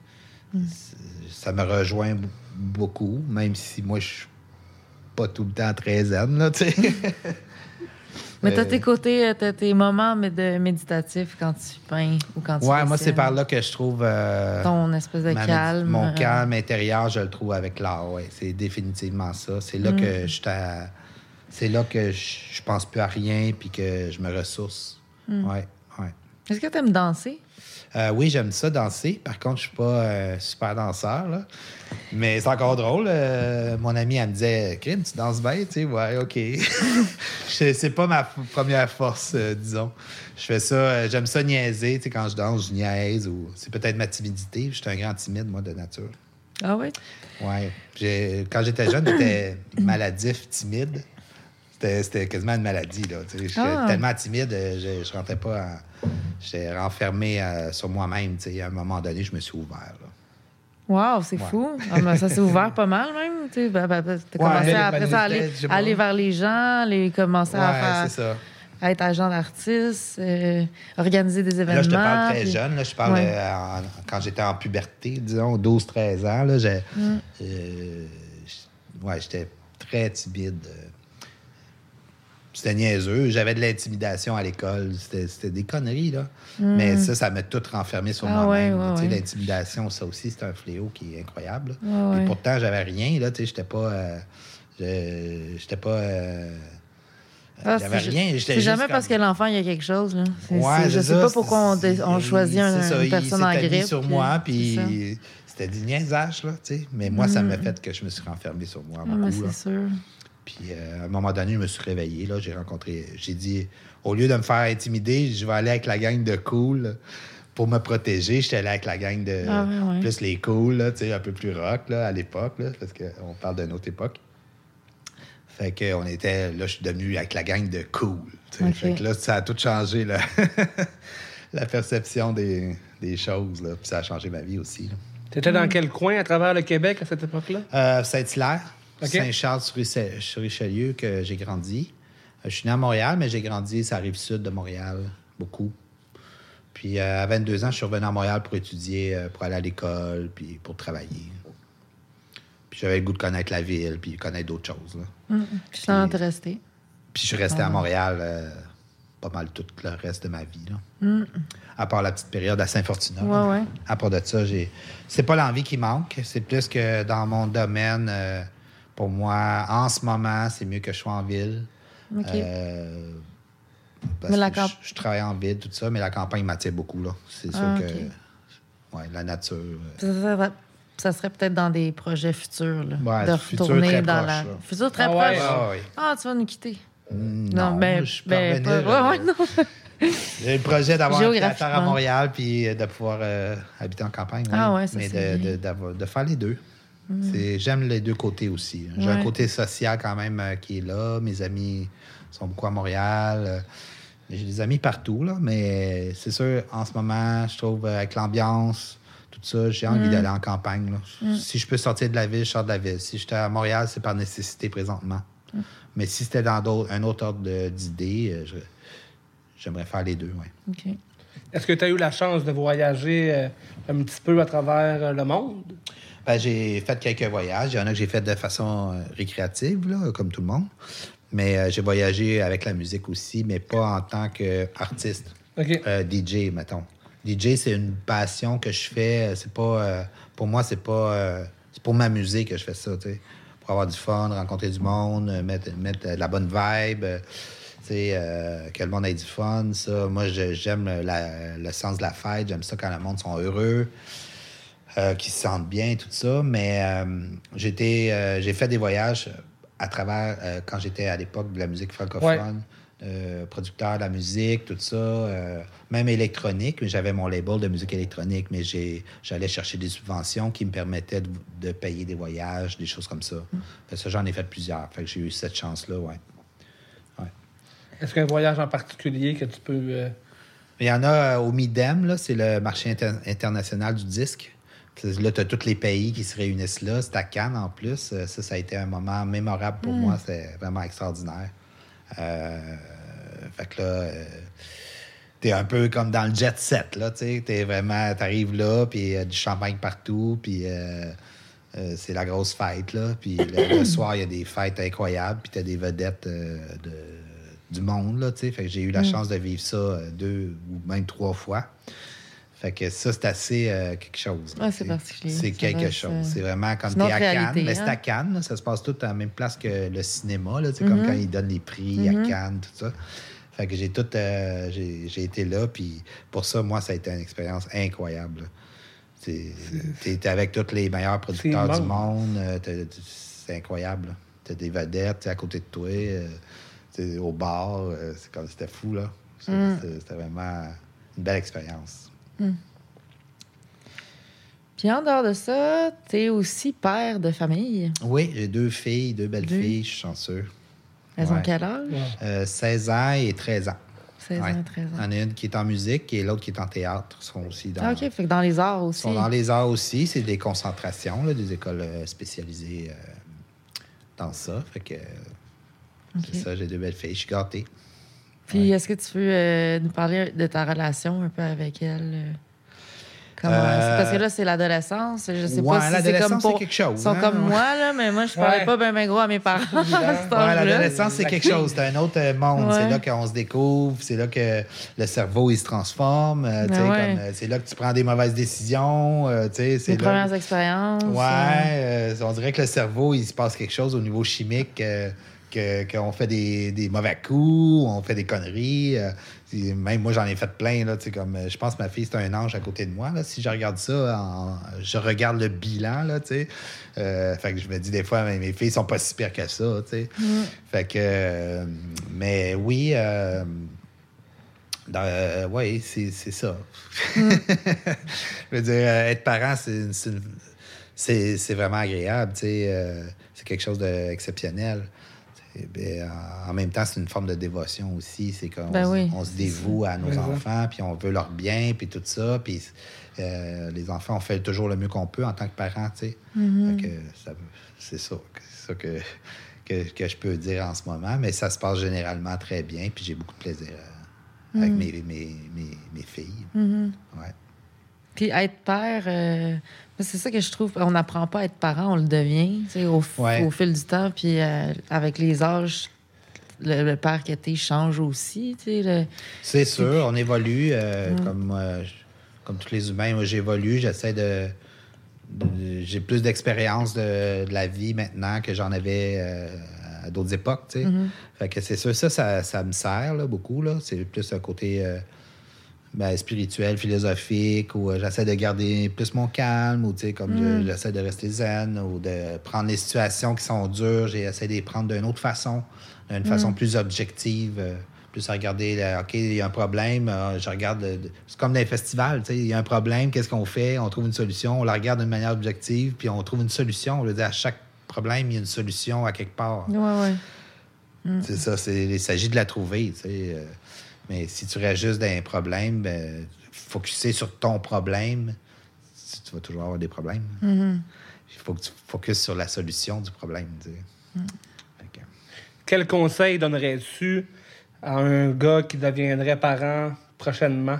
ça me rejoint beaucoup, même si moi, je suis pas tout le temps très zen, là, tu sais. Mais t'as tes moments de méditatifs quand tu peins ou quand tu moi, dessines. c'est par là que je trouve... ton espèce de calme. Mon calme intérieur, je le trouve avec l'art, oui. C'est définitivement ça. C'est là que c'est là que je pense plus à rien puis que je me ressource. Ouais. Est-ce que tu aimes danser? Oui, j'aime ça, danser. Par contre, je suis pas super danseur, là. Mais c'est encore drôle. Mon amie, elle me disait, Crime, tu danses bien, tu sais? Ouais, OK. C'est pas ma première force, disons. Je fais ça, j'aime ça niaiser. Tu sais, quand je danse, je niaise. Ou c'est peut-être ma timidité. Je suis un grand timide, moi, de nature. Ah oui? Oui. Quand j'étais jeune, j'étais maladif, timide. C'était quasiment une maladie, là. J'étais tellement timide, je rentrais pas j'étais renfermé sur moi-même. À un moment donné, je me suis ouvert, là. Wow, c'est fou. Ça s'est ouvert pas mal, même. Tu as commencé après ça à aller vers les gens, commencer à faire... c'est ça. être agent d'artiste, organiser des événements. Là, je te parle très puis- jeune. Là, je parle Ouais. quand j'étais en puberté, disons, 12-13 ans. Là, j'étais très timide. C'était niaiseux. J'avais de l'intimidation à l'école. C'était des conneries, là. Mais ça m'a tout renfermé sur moi-même. ouais, Tu sais, ouais. L'intimidation, ça aussi, c'est un fléau qui est incroyable. Ouais, Et ouais. pourtant, j'avais rien, là. Tu sais, j'étais pas... j'étais pas... Ah, j'avais rien. J'étais C'est juste jamais comme- parce que l'enfant, il y a quelque chose. Là. Ouais, je c'est sais ça, pas pourquoi c'est- on choisit c'est ça, une personne en il s'est grippe. mis sur moi, puis c'est c'était du niaisage, là, tu sais. Mais moi, ça m'a fait que je me suis renfermé sur moi ça. Ah, mais beaucoup, là. c'est sûr. Puis à un moment donné, je me suis réveillé, là, j'ai dit, au lieu de me faire intimider, je vais aller avec la gang de cool pour me protéger. J'étais allé avec la gang de ouais. plus les cool, là, tu sais, un peu plus rock, là, à l'époque, là, parce qu'on parle d'une autre époque. Fait que on était, là, je suis devenu avec la gang de cool. Tu sais. OK. Fait que là, ça a tout changé, là. La perception des choses, là. Puis ça a changé ma vie aussi, là. T'étais dans quel coin à travers le Québec à cette époque-là? Saint-Hilaire, OK. Saint-Charles-sur-Richelieu, que j'ai grandi. Je suis né à Montréal, mais j'ai grandi sur la rive sud de Montréal, beaucoup. Puis à 22 ans, je suis revenu à Montréal pour étudier, pour aller à l'école, puis pour travailler. Puis j'avais le goût de connaître la ville, puis connaître d'autres choses, là. Puis ça t'es resté. Puis je suis resté à Montréal pas mal tout le reste de ma vie, là. À part la petite période à Saint-Fortuna. Ouais. À part de ça, c'est pas l'envie qui manque. C'est plus que dans mon domaine, pour moi, en ce moment, c'est mieux que je sois en ville. OK. Parce Mais la que camp- je travaille en ville, tout ça, mais la campagne m'attire beaucoup, là. C'est sûr Ah, que... OK. Ouais, la nature... Ça serait peut-être dans des projets futurs, là, Ouais, de futur retourner très dans proche, la... là. Futur très Ah ouais. proche. Ah, oui. Ah, tu vas nous quitter. Non, ben, je peux ben, revenir, pas- ouais, non. J'ai le projet d'avoir un pied à terre à Géographiquement. Montréal puis de pouvoir habiter en campagne. Ah oui. ouais, ça, mais c'est bien. de faire les deux. J'aime les deux côtés aussi. J'ai un Ouais. côté social quand même qui est là. Mes amis sont beaucoup à Montréal. J'ai des amis partout, là, mais c'est sûr, en ce moment, je trouve, avec l'ambiance, tout ça, j'ai envie d'aller en campagne. Là. Si je peux sortir de la ville, je sors de la ville. Si j'étais à Montréal, c'est par nécessité présentement. Mais si c'était dans un autre ordre d'idées, j'aimerais faire les deux, oui. OK. Est-ce que tu as eu la chance de voyager un petit peu à travers le monde? Ben, j'ai fait quelques voyages. Il y en a que j'ai fait de façon récréative, là, comme tout le monde. Mais j'ai voyagé avec la musique aussi, mais pas en tant qu'artiste. OK. DJ, mettons. DJ, c'est une passion que je fais. C'est pas... pour moi, c'est pas... c'est pour m'amuser que je fais ça, tu sais. Pour avoir du fun, rencontrer du monde, mettre de la bonne vibe, tu sais, que le monde ait du fun. Ça, moi, j'aime le sens de la fête. J'aime ça quand le monde sont heureux. Qui se sentent bien, tout ça. Mais j'ai fait des voyages à travers, quand j'étais à l'époque de la musique francophone, producteur de la musique, tout ça, même électronique. J'avais mon label de musique électronique, mais j'allais chercher des subventions qui me permettaient de payer des voyages, des choses comme ça. Fait que ça, j'en ai fait plusieurs. Fait que j'ai eu cette chance-là, ouais. Est-ce qu'il y a un voyage en particulier que tu peux... Il y en a au MIDEM, là, c'est le marché international du disque. Là, tu as tous les pays qui se réunissent là. C'est à Cannes, en plus. Ça a été un moment mémorable pour moi. C'était vraiment extraordinaire. Fait que là, t'es un peu comme dans le jet set, là, tu sais. T'arrives là, puis du champagne partout, puis c'est la grosse fête, là. Puis le soir, il y a des fêtes incroyables, puis t'as des vedettes du monde, là, tu sais. Fait que j'ai eu la chance de vivre ça 2 ou même 3 fois. Fait que ça, c'est assez quelque chose. Ouais, c'est particulier. C'est Ça quelque reste, chose. C'est vraiment comme c'est une t'es à autre Cannes. réalité, Mais c'est hein? à Cannes. Là, ça se passe tout à la même place que le cinéma. Là, comme quand ils donnent les prix à Cannes, tout ça. Fait que j'ai été là. Puis pour ça, moi, ça a été une expérience incroyable. T'es avec tous les meilleurs producteurs du monde. C'est incroyable. T'as des vedettes à côté de toi. Au bar. C'est comme c'était fou, là. C'était vraiment une belle expérience. Puis en dehors de ça, t'es aussi père de famille. Oui, j'ai 2 filles, 2 belles filles, je suis chanceux. Elles ont Ouais. quel âge? 16 ans et 13 ans. 16 Ouais. ans, 13 Il y ans. en a une qui est en musique et l'autre qui est en théâtre. Ils sont aussi dans, Ah, OK, fait que dans les arts aussi. sont dans les arts aussi. C'est des concentrations, là, des écoles spécialisées dans ça. Fait que c'est ça, j'ai 2 belles filles. Je suis gâté. Puis, est-ce que tu peux nous parler de ta relation un peu avec elle? Comment... Parce que là, c'est l'adolescence. Je sais pas si c'est comme c'est quelque chose. Ils sont comme moi, là, mais moi, je parlais pas bien gros à mes parents à cet âge-là. L'adolescence, c'est quelque chose. C'est un autre monde. C'est là qu'on se découvre. C'est là que le cerveau, il se transforme. C'est là que tu prends des mauvaises décisions. Les premières expériences. On dirait que le cerveau, il se passe quelque chose au niveau chimique. Qu'on fait des mauvais coups, on fait des conneries. Même moi, j'en ai fait plein. Là, comme, je pense que ma fille, c'est un ange à côté de moi. Là. Si je regarde ça, je regarde le bilan. Là, fait que je me dis des fois, mes filles sont pas si pires que ça. Fait que, mais oui, c'est ça. Je veux dire, être parent, c'est vraiment agréable. C'est quelque chose d'exceptionnel. En même temps, c'est une forme de dévotion aussi. C'est qu'on on se dévoue à nos enfants, puis on veut leur bien, puis tout ça. Puis les enfants, on fait toujours le mieux qu'on peut en tant que parents, tu sais. C'est ça que je peux dire en ce moment. Mais ça se passe généralement très bien, puis j'ai beaucoup de plaisir avec mes filles. Ouais. Puis être père... c'est ça que je trouve. On n'apprend pas à être parent, on le devient au fil du temps. Puis avec les âges, le père que t'es change aussi. C'est sûr, on évolue. Comme tous les humains, moi, j'évolue. J'essaie j'ai plus d'expérience de la vie maintenant que j'en avais à d'autres époques. Fait que c'est sûr, ça me sert là, beaucoup. Là. C'est plus un côté... spirituel, philosophique, ou j'essaie de garder plus mon calme, ou j'essaie de rester zen, ou de prendre les situations qui sont dures, j'essaie de les prendre d'une autre façon, d'une façon plus objective, plus à regarder, OK, il y a un problème, je regarde, c'est comme dans les festivals, il y a un problème, qu'est-ce qu'on fait? On trouve une solution, on la regarde d'une manière objective, puis on trouve une solution. On veut dire, à chaque problème, il y a une solution à quelque part. C'est ça, il s'agit de la trouver, mais si tu restes juste d'un problème, focusser sur ton problème, tu vas toujours avoir des problèmes. Il faut que tu focuses sur la solution du problème. Okay. Quel conseil donnerais-tu à un gars qui deviendrait parent prochainement?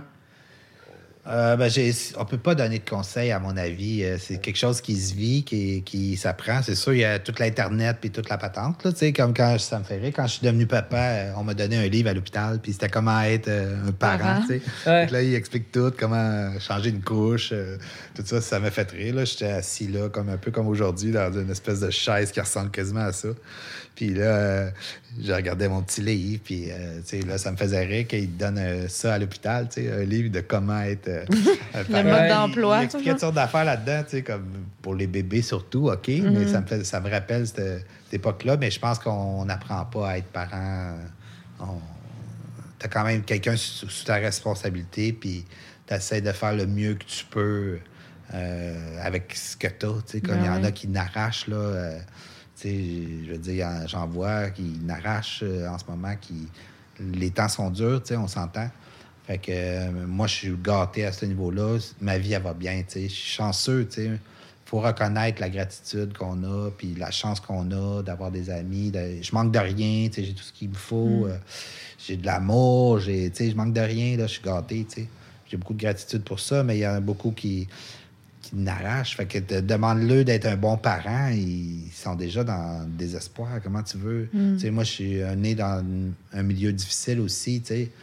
On peut pas donner de conseils, à mon avis. C'est quelque chose qui se vit, qui s'apprend. C'est sûr, il y a toute l'Internet puis toute la patente. Là, comme ça me fait rire. Quand je suis devenu papa, on m'a donné un livre à l'hôpital, puis c'était comment être un parent. Là, il explique tout, comment changer une couche, tout ça. Ça m'a fait rire. Là. J'étais assis là, un peu comme aujourd'hui, dans une espèce de chaise qui ressemble quasiment à ça. Puis là, je regardais mon petit livre, puis là, ça me faisait rire qu'il donne ça à l'hôpital, un livre de comment être le mode d'emploi. Il expliquait toutes sortes d'affaires là-dedans, comme pour les bébés surtout, OK, mais ça me rappelle cette époque-là, mais je pense qu'on n'apprend pas à être parent. T'as quand même quelqu'un sous ta responsabilité, puis t'essaies de faire le mieux que tu peux avec ce que t'as, comme il y en a qui n'arrachent, là... je veux dire, j'en vois qui n'arrachent en ce moment, les temps sont durs, on s'entend. Fait que moi, je suis gâté à ce niveau-là. Ma vie, elle va bien, je suis chanceux, Il faut reconnaître la gratitude qu'on a, puis la chance qu'on a d'avoir des amis. Je manque de rien, j'ai tout ce qu'il me faut. J'ai de l'amour, je manque de rien, là, je suis gâté, J'ai beaucoup de gratitude pour ça, mais il y en a beaucoup qui n'arrachent. Fait que demande-le d'être un bon parent, ils sont déjà dans le désespoir. Comment tu veux? Moi, je suis né dans un milieu difficile aussi,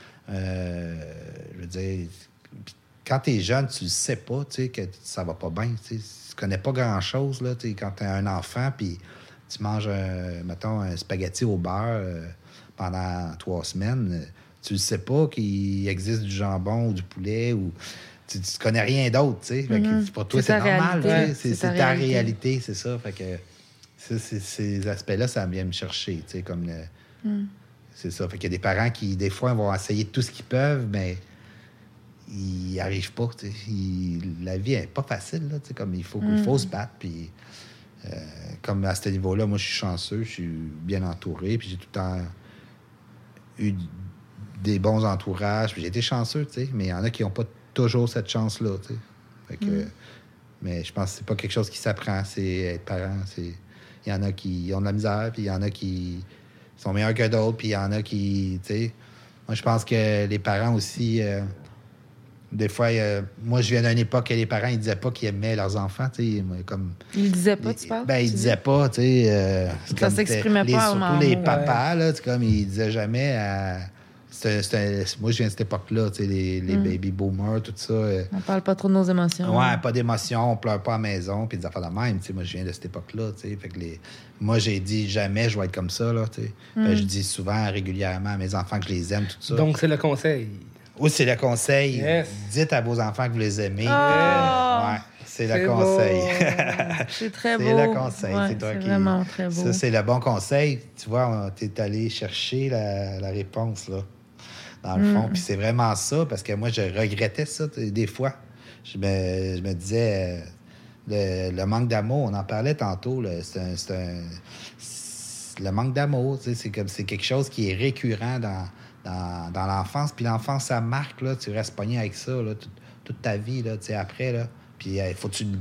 je veux dire, quand t'es jeune, tu ne sais pas, que ça va pas bien, tu connais pas grand-chose, là, quand t'es un enfant, puis tu manges, mettons, un spaghetti au beurre pendant 3 semaines, tu ne sais pas qu'il existe du jambon ou du poulet, ou tu connais rien d'autre, pour toi, c'est normal, c'est ta réalité, c'est ça. Fait que ces aspects-là, ça vient me chercher, comme c'est ça. Fait qu'il y a des parents qui, des fois, vont essayer tout ce qu'ils peuvent, mais ils n'y arrivent pas, la vie n'est pas facile, là, comme il faut se battre, puis comme à ce niveau-là, moi, je suis chanceux, je suis bien entouré, puis j'ai tout le temps eu des bons entourages, puis j'ai été chanceux, mais il y en a qui n'ont pas toujours cette chance-là, Fait que, mais je pense que c'est pas quelque chose qui s'apprend, c'est être parent, il y en a qui ont de la misère, puis il y en a qui sont meilleurs que d'autres, puis il y en a qui, Moi, je pense que les parents aussi... des fois, moi, je viens d'une époque que les parents, ils disaient pas qu'ils aimaient leurs enfants, tu sais, comme... Ils le disaient pas, tu parles? Ben, ils disaient pas, tu sais... Ça s'exprimait pas au surtout les papas, là, comme ils disaient jamais... moi, je viens de cette époque-là, tu sais, les baby boomers, tout ça. On parle pas trop de nos émotions. Ouais, pas d'émotions, on pleure pas à la maison, puis des affaires de même, tu sais. Moi, je viens de cette époque-là, tu sais. Fait que moi, j'ai dit jamais je vais être comme ça, là, tu sais. Je dis souvent, régulièrement à mes enfants que je les aime, tout ça. Donc, c'est le conseil. Oui, c'est le conseil. Yes. Dites à vos enfants que vous les aimez. Oh! Ouais, c'est le conseil. C'est très beau. C'est le conseil. Ouais, c'est toi qui... vraiment très beau. Ça, c'est le bon conseil. Tu vois, t'es allé chercher la réponse, là, dans le fond. Puis c'est vraiment ça, parce que moi, je regrettais ça des fois. Je me disais, le manque d'amour, on en parlait tantôt, là, le manque d'amour, tu sais, c'est quelque chose qui est récurrent dans l'enfance. Puis l'enfance, ça marque, là, tu restes pogné avec ça là, toute ta vie, là, tu sais, après, là. Puis il faut que tu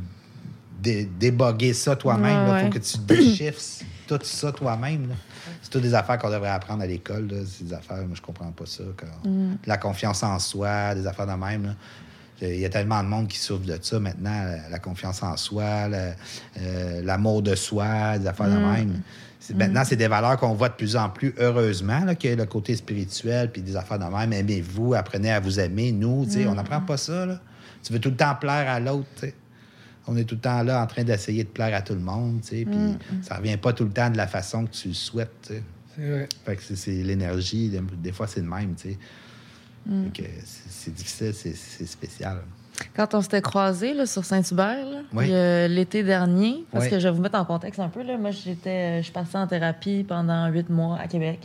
déboguer ça toi-même. Il faut que tu déchiffres tout ça toi-même. Là. C'est toutes des affaires qu'on devrait apprendre à l'école. Là. C'est des affaires, moi, je comprends pas ça. La confiance en soi, des affaires de même. Là. Il y a tellement de monde qui souffre de ça maintenant. La confiance en soi, l'amour de soi, des affaires de même. Maintenant, c'est des valeurs qu'on voit de plus en plus, heureusement, là, qu'il y a le côté spirituel puis des affaires de même. Aimez-vous, apprenez à vous aimer. Nous, on n'apprend pas ça. Là. Tu veux tout le temps plaire à l'autre. T'sais. On est tout le temps là en train d'essayer de plaire à tout le monde. Puis ça revient pas tout le temps de la façon que tu le souhaites. T'sais. C'est vrai. Fait que c'est l'énergie. Des fois, c'est le même. Fait que c'est difficile, c'est spécial. Quand on s'était croisés là, sur Saint-Hubert, Oui. l'été dernier, parce Oui. que je vais vous mettre en contexte un peu, là, moi, je suis partie en thérapie pendant 8 mois à Québec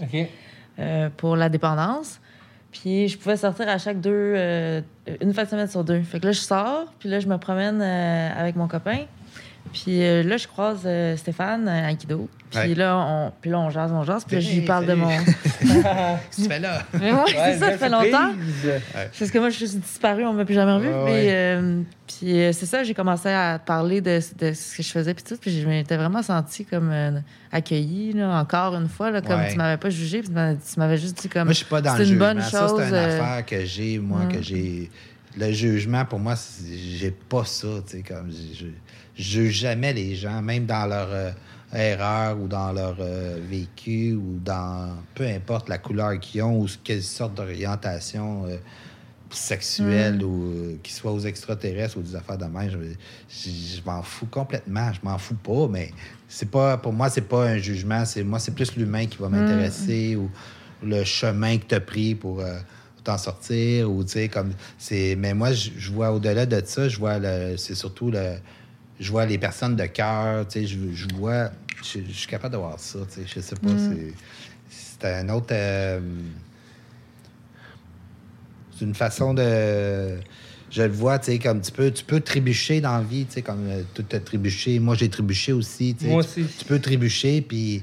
pour la dépendance. Puis je pouvais sortir à chaque une fin de semaine sur 2. Fait que là, je sors, puis là, je me promène avec mon copain. Puis là, je croise Stéphane à Aikido. Puis là, on jase, puis là, je lui parle de mon... Qu'est-ce que tu fais là? Mais ouais, c'est ça, ça fait longtemps. Parce que moi, je suis disparue, on m'a plus jamais revu. Puis c'est ça, j'ai commencé à parler de ce que je faisais, puis tout. Puis je m'étais vraiment sentie comme accueillie, là, encore une fois, là, comme tu m'avais pas jugée, puis tu m'avais juste dit comme... Moi, je suis pas dans le une jugement. bonne chose. Ça, c'est une affaire que j'ai, moi, que j'ai... Le jugement, pour moi, j'ai pas ça, tu sais, comme... Je juge jamais les gens, même dans leur erreur ou dans leur vécu ou dans peu importe la couleur qu'ils ont ou quelle sorte d'orientation sexuelle ou qu'ils soient aux extraterrestres ou des affaires de même. Je m'en fous complètement. Je m'en fous pas, mais c'est pas pour moi, c'est pas un jugement. C'est plus l'humain qui va m'intéresser ou le chemin que tu as pris pour t'en sortir ou tu sais comme c'est. Mais moi, je vois au-delà de ça, c'est surtout je vois les personnes de cœur, tu sais, je vois... Je suis capable de voir ça, tu sais, je sais pas, c'est un autre... c'est une façon de... Je le vois, tu sais, comme tu peux trébucher dans la vie, tu sais, comme tout a trébuché. Moi, j'ai trébuché aussi, tu sais. Moi aussi. Tu peux trébucher, puis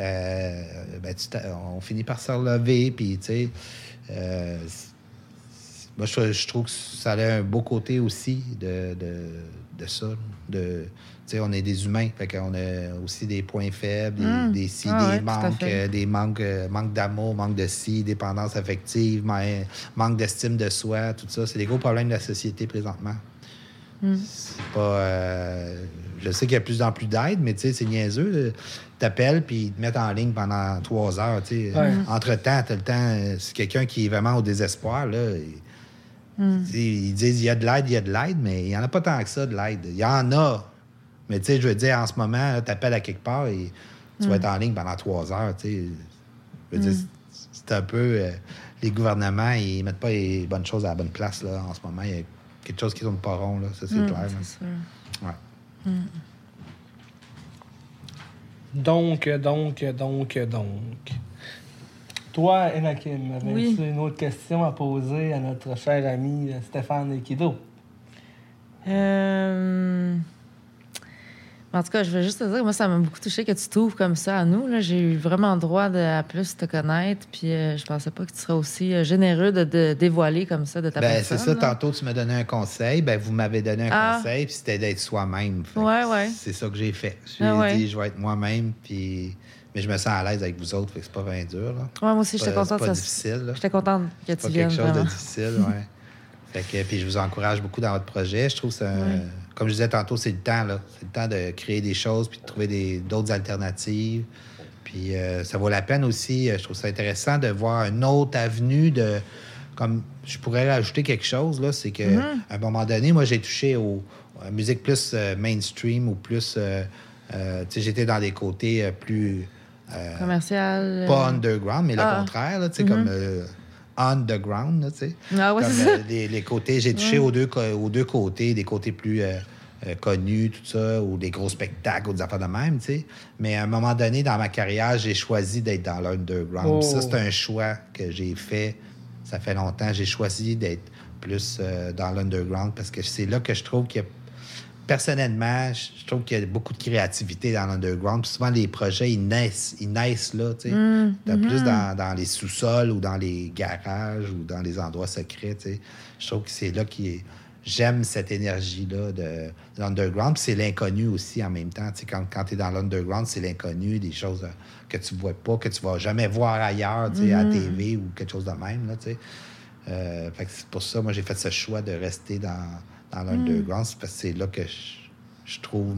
on finit par se relever, puis, tu sais... moi, je trouve que ça a un beau côté aussi de ça. Tu sais, on est des humains, fait qu'on a aussi des points faibles, des manques d'amour, manque de dépendance affective, manque d'estime de soi, tout ça. C'est des gros problèmes de la société présentement. C'est pas... je sais qu'il y a de plus en plus d'aide, mais tu sais, c'est niaiseux. T'appelles, puis ils te mettent en ligne pendant 3 heures, tu sais. Entre-temps, t'as le temps... c'est quelqu'un qui est vraiment au désespoir, là... Ils disent il y a de l'aide, mais il n'y en a pas tant que ça, de l'aide. Il y en a. Mais tu sais, je veux dire, en ce moment, tu appelles à quelque part et tu vas être en ligne pendant 3 heures. Je veux dire, c'est un peu... les gouvernements, ils mettent pas les bonnes choses à la bonne place, là, en ce moment. Il y a quelque chose qui tourne pas rond, là. Ça, c'est clair. C'est sûr. Ouais. Donc. Toi, Enakim, avais-tu une autre question à poser à notre cher ami Stéphane Aikido? En tout cas, je veux juste te dire, moi, ça m'a beaucoup touché que tu t'ouvres comme ça à nous. Là. J'ai eu vraiment le droit de à plus te connaître, puis je pensais pas que tu serais aussi généreux de dévoiler comme ça de ta personne. C'est ça, là. tantôt, tu m'as donné un conseil. Vous m'avez donné un conseil, puis c'était d'être soi-même. Ouais. C'est ça que j'ai fait. J'ai dit, je vais être moi-même, puis... Mais je me sens à l'aise avec vous autres, fait que c'est pas bien dur. Là. Ouais, moi aussi, j'étais contente. C'est pas difficile. Là. J'étais contente que C'est tu pas viennes. quelque chose Vraiment. de difficile, ouais. Fait que, puis je vous encourage beaucoup dans votre projet. Je trouve que comme je disais tantôt, c'est le temps, là. C'est le temps de créer des choses puis de trouver d'autres alternatives. Puis ça vaut la peine aussi. Je trouve ça intéressant de voir une autre avenue de. Comme je pourrais rajouter quelque chose, là, c'est qu'à un moment donné, moi, j'ai touché à la musique plus mainstream ou plus. Tu sais, j'étais dans des côtés plus. Commercial. Pas underground, mais le contraire, là, tu sais, comme underground, là, tu sais. Ah ouais, Comme, c'est ça. les côtés, j'ai touché aux deux côtés, des côtés plus connus, tout ça, ou des gros spectacles, ou des affaires de même, tu sais. Mais à un moment donné, dans ma carrière, j'ai choisi d'être dans l'underground. Puis ça, c'est un choix que j'ai fait. Ça fait longtemps. J'ai choisi d'être plus dans l'underground parce que c'est là que je trouve qu'il y a. Personnellement, je trouve qu'il y a beaucoup de créativité dans l'underground. Puis souvent, les projets, ils naissent là, tu sais. Plus dans les sous-sols ou dans les garages ou dans les endroits secrets, tu sais. Je trouve que c'est là j'aime cette énergie-là de l'underground. Puis c'est l'inconnu aussi en même temps. Tu sais, quand tu es dans l'underground, c'est l'inconnu, des choses que tu vois pas, que tu vas jamais voir ailleurs, tu sais, à la TV ou quelque chose de même, là, tu sais. Fait que c'est pour ça, moi, j'ai fait ce choix de rester dans l'underground, c'est parce que c'est là que je trouve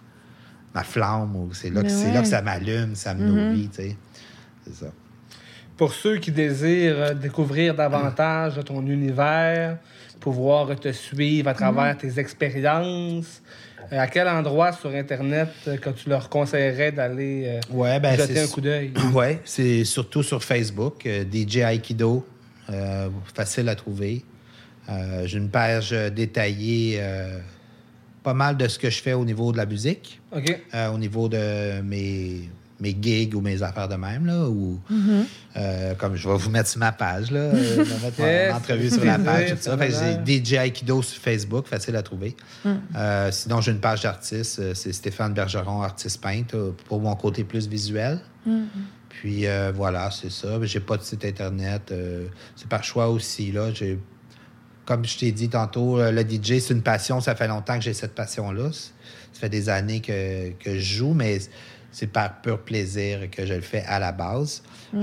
ma flamme, ou c'est là que ça m'allume, ça me nourrit, tu sais. C'est ça. Pour ceux qui désirent découvrir davantage de ton univers, pouvoir te suivre à travers tes expériences, à quel endroit sur Internet que tu leur conseillerais d'aller jeter un coup d'œil? Oui, c'est surtout sur Facebook, DJ Aikido, facile à trouver. J'ai une page détaillée, pas mal de ce que je fais au niveau de la musique, au niveau de mes gigs ou mes affaires de même, là, ou comme je vais vous mettre sur ma page, là, je vais mettre en entrevue sur la page, tout ça. Fait que j'ai DJ Aikido sur Facebook, facile à trouver. Sinon, j'ai une page d'artiste, c'est Stéphane Bergeron, artiste peintre, pour mon côté plus visuel. Puis voilà, c'est ça. J'ai pas de site Internet. C'est par choix aussi, là. Comme je t'ai dit tantôt, le DJ, c'est une passion. Ça fait longtemps que j'ai cette passion-là. Ça fait des années que je joue, mais c'est par pur plaisir que je le fais à la base.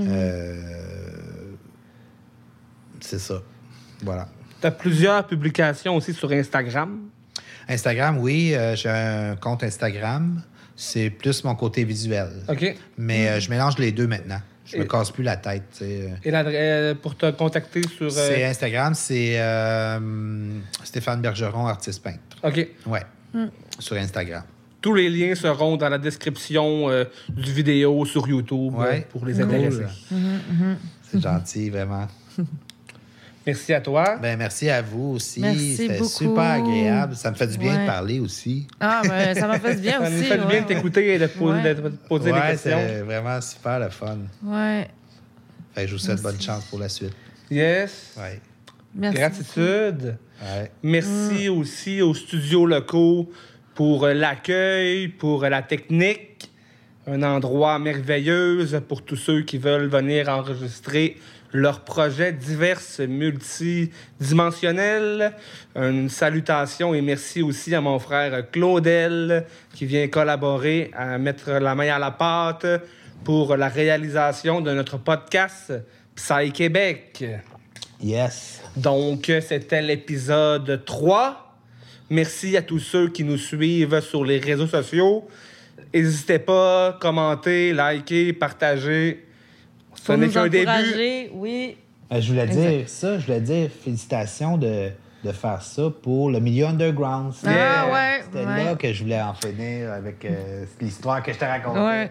C'est ça. Voilà. Tu as plusieurs publications aussi sur Instagram. Instagram, oui. J'ai un compte Instagram. C'est plus mon côté visuel. OK. Mais je mélange les deux maintenant. Je me casse plus la tête. T'sais. Et l'adresse pour te contacter sur... C'est Instagram, c'est Stéphane Bergeron, artiste peintre. OK. Ouais, sur Instagram. Tous les liens seront dans la description du vidéo sur YouTube pour les intéresser. C'est gentil, vraiment. Merci à toi. Ben merci à vous aussi. Merci C'était beaucoup. super agréable. Ça me fait du bien de parler aussi. Ah, ben ça m'a fait du bien Ça aussi. nous fait du bien de t'écouter et de te poser des questions. C'est vraiment super le fun. Ouais. Fait que je vous souhaite bonne chance pour la suite. Yes. Ouais. Merci. Gratitude. Ouais. Merci aussi aux studios locaux pour l'accueil, pour la technique. Un endroit merveilleux pour tous ceux qui veulent venir enregistrer leurs projets divers, multidimensionnels. Une salutation et merci aussi à mon frère Claudel qui vient collaborer à mettre la main à la pâte pour la réalisation de notre podcast Psy Québec. Yes. Donc, c'était l'épisode 3. Merci à tous ceux qui nous suivent sur les réseaux sociaux. N'hésitez pas à commenter, liker, partager. Ce n'est qu'un début. Oui. Je voulais dire félicitations de faire ça pour le milieu underground. Ah ouais. C'était là que je voulais en finir avec l'histoire que je te racontais. Ouais.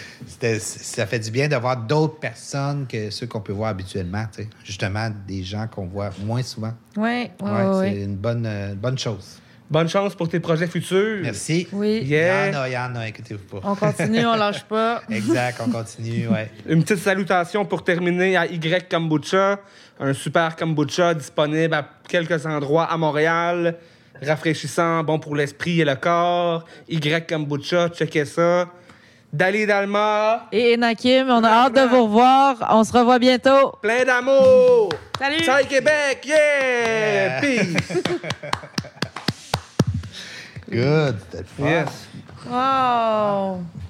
Ça fait du bien de voir d'autres personnes que ceux qu'on peut voir habituellement. T'sais. Justement, des gens qu'on voit moins souvent. Oui. C'est une bonne chose. Bonne chance pour tes projets futurs. Merci. Oui. Yeah. Il y en a, inquiétez-vous pas. On continue, on lâche pas. Exact, on continue, ouais. Une petite salutation pour terminer à Y Kombucha, un super kombucha disponible à quelques endroits à Montréal, rafraîchissant, bon pour l'esprit et le corps. Y Kombucha, checkez ça. Dali Dalma. Et Enakim, on a hâte de vous revoir. On se revoit bientôt. Plein d'amour. Salut. Psy Québec, yeah! Peace. Good, c'était le fun. Yes. Wow.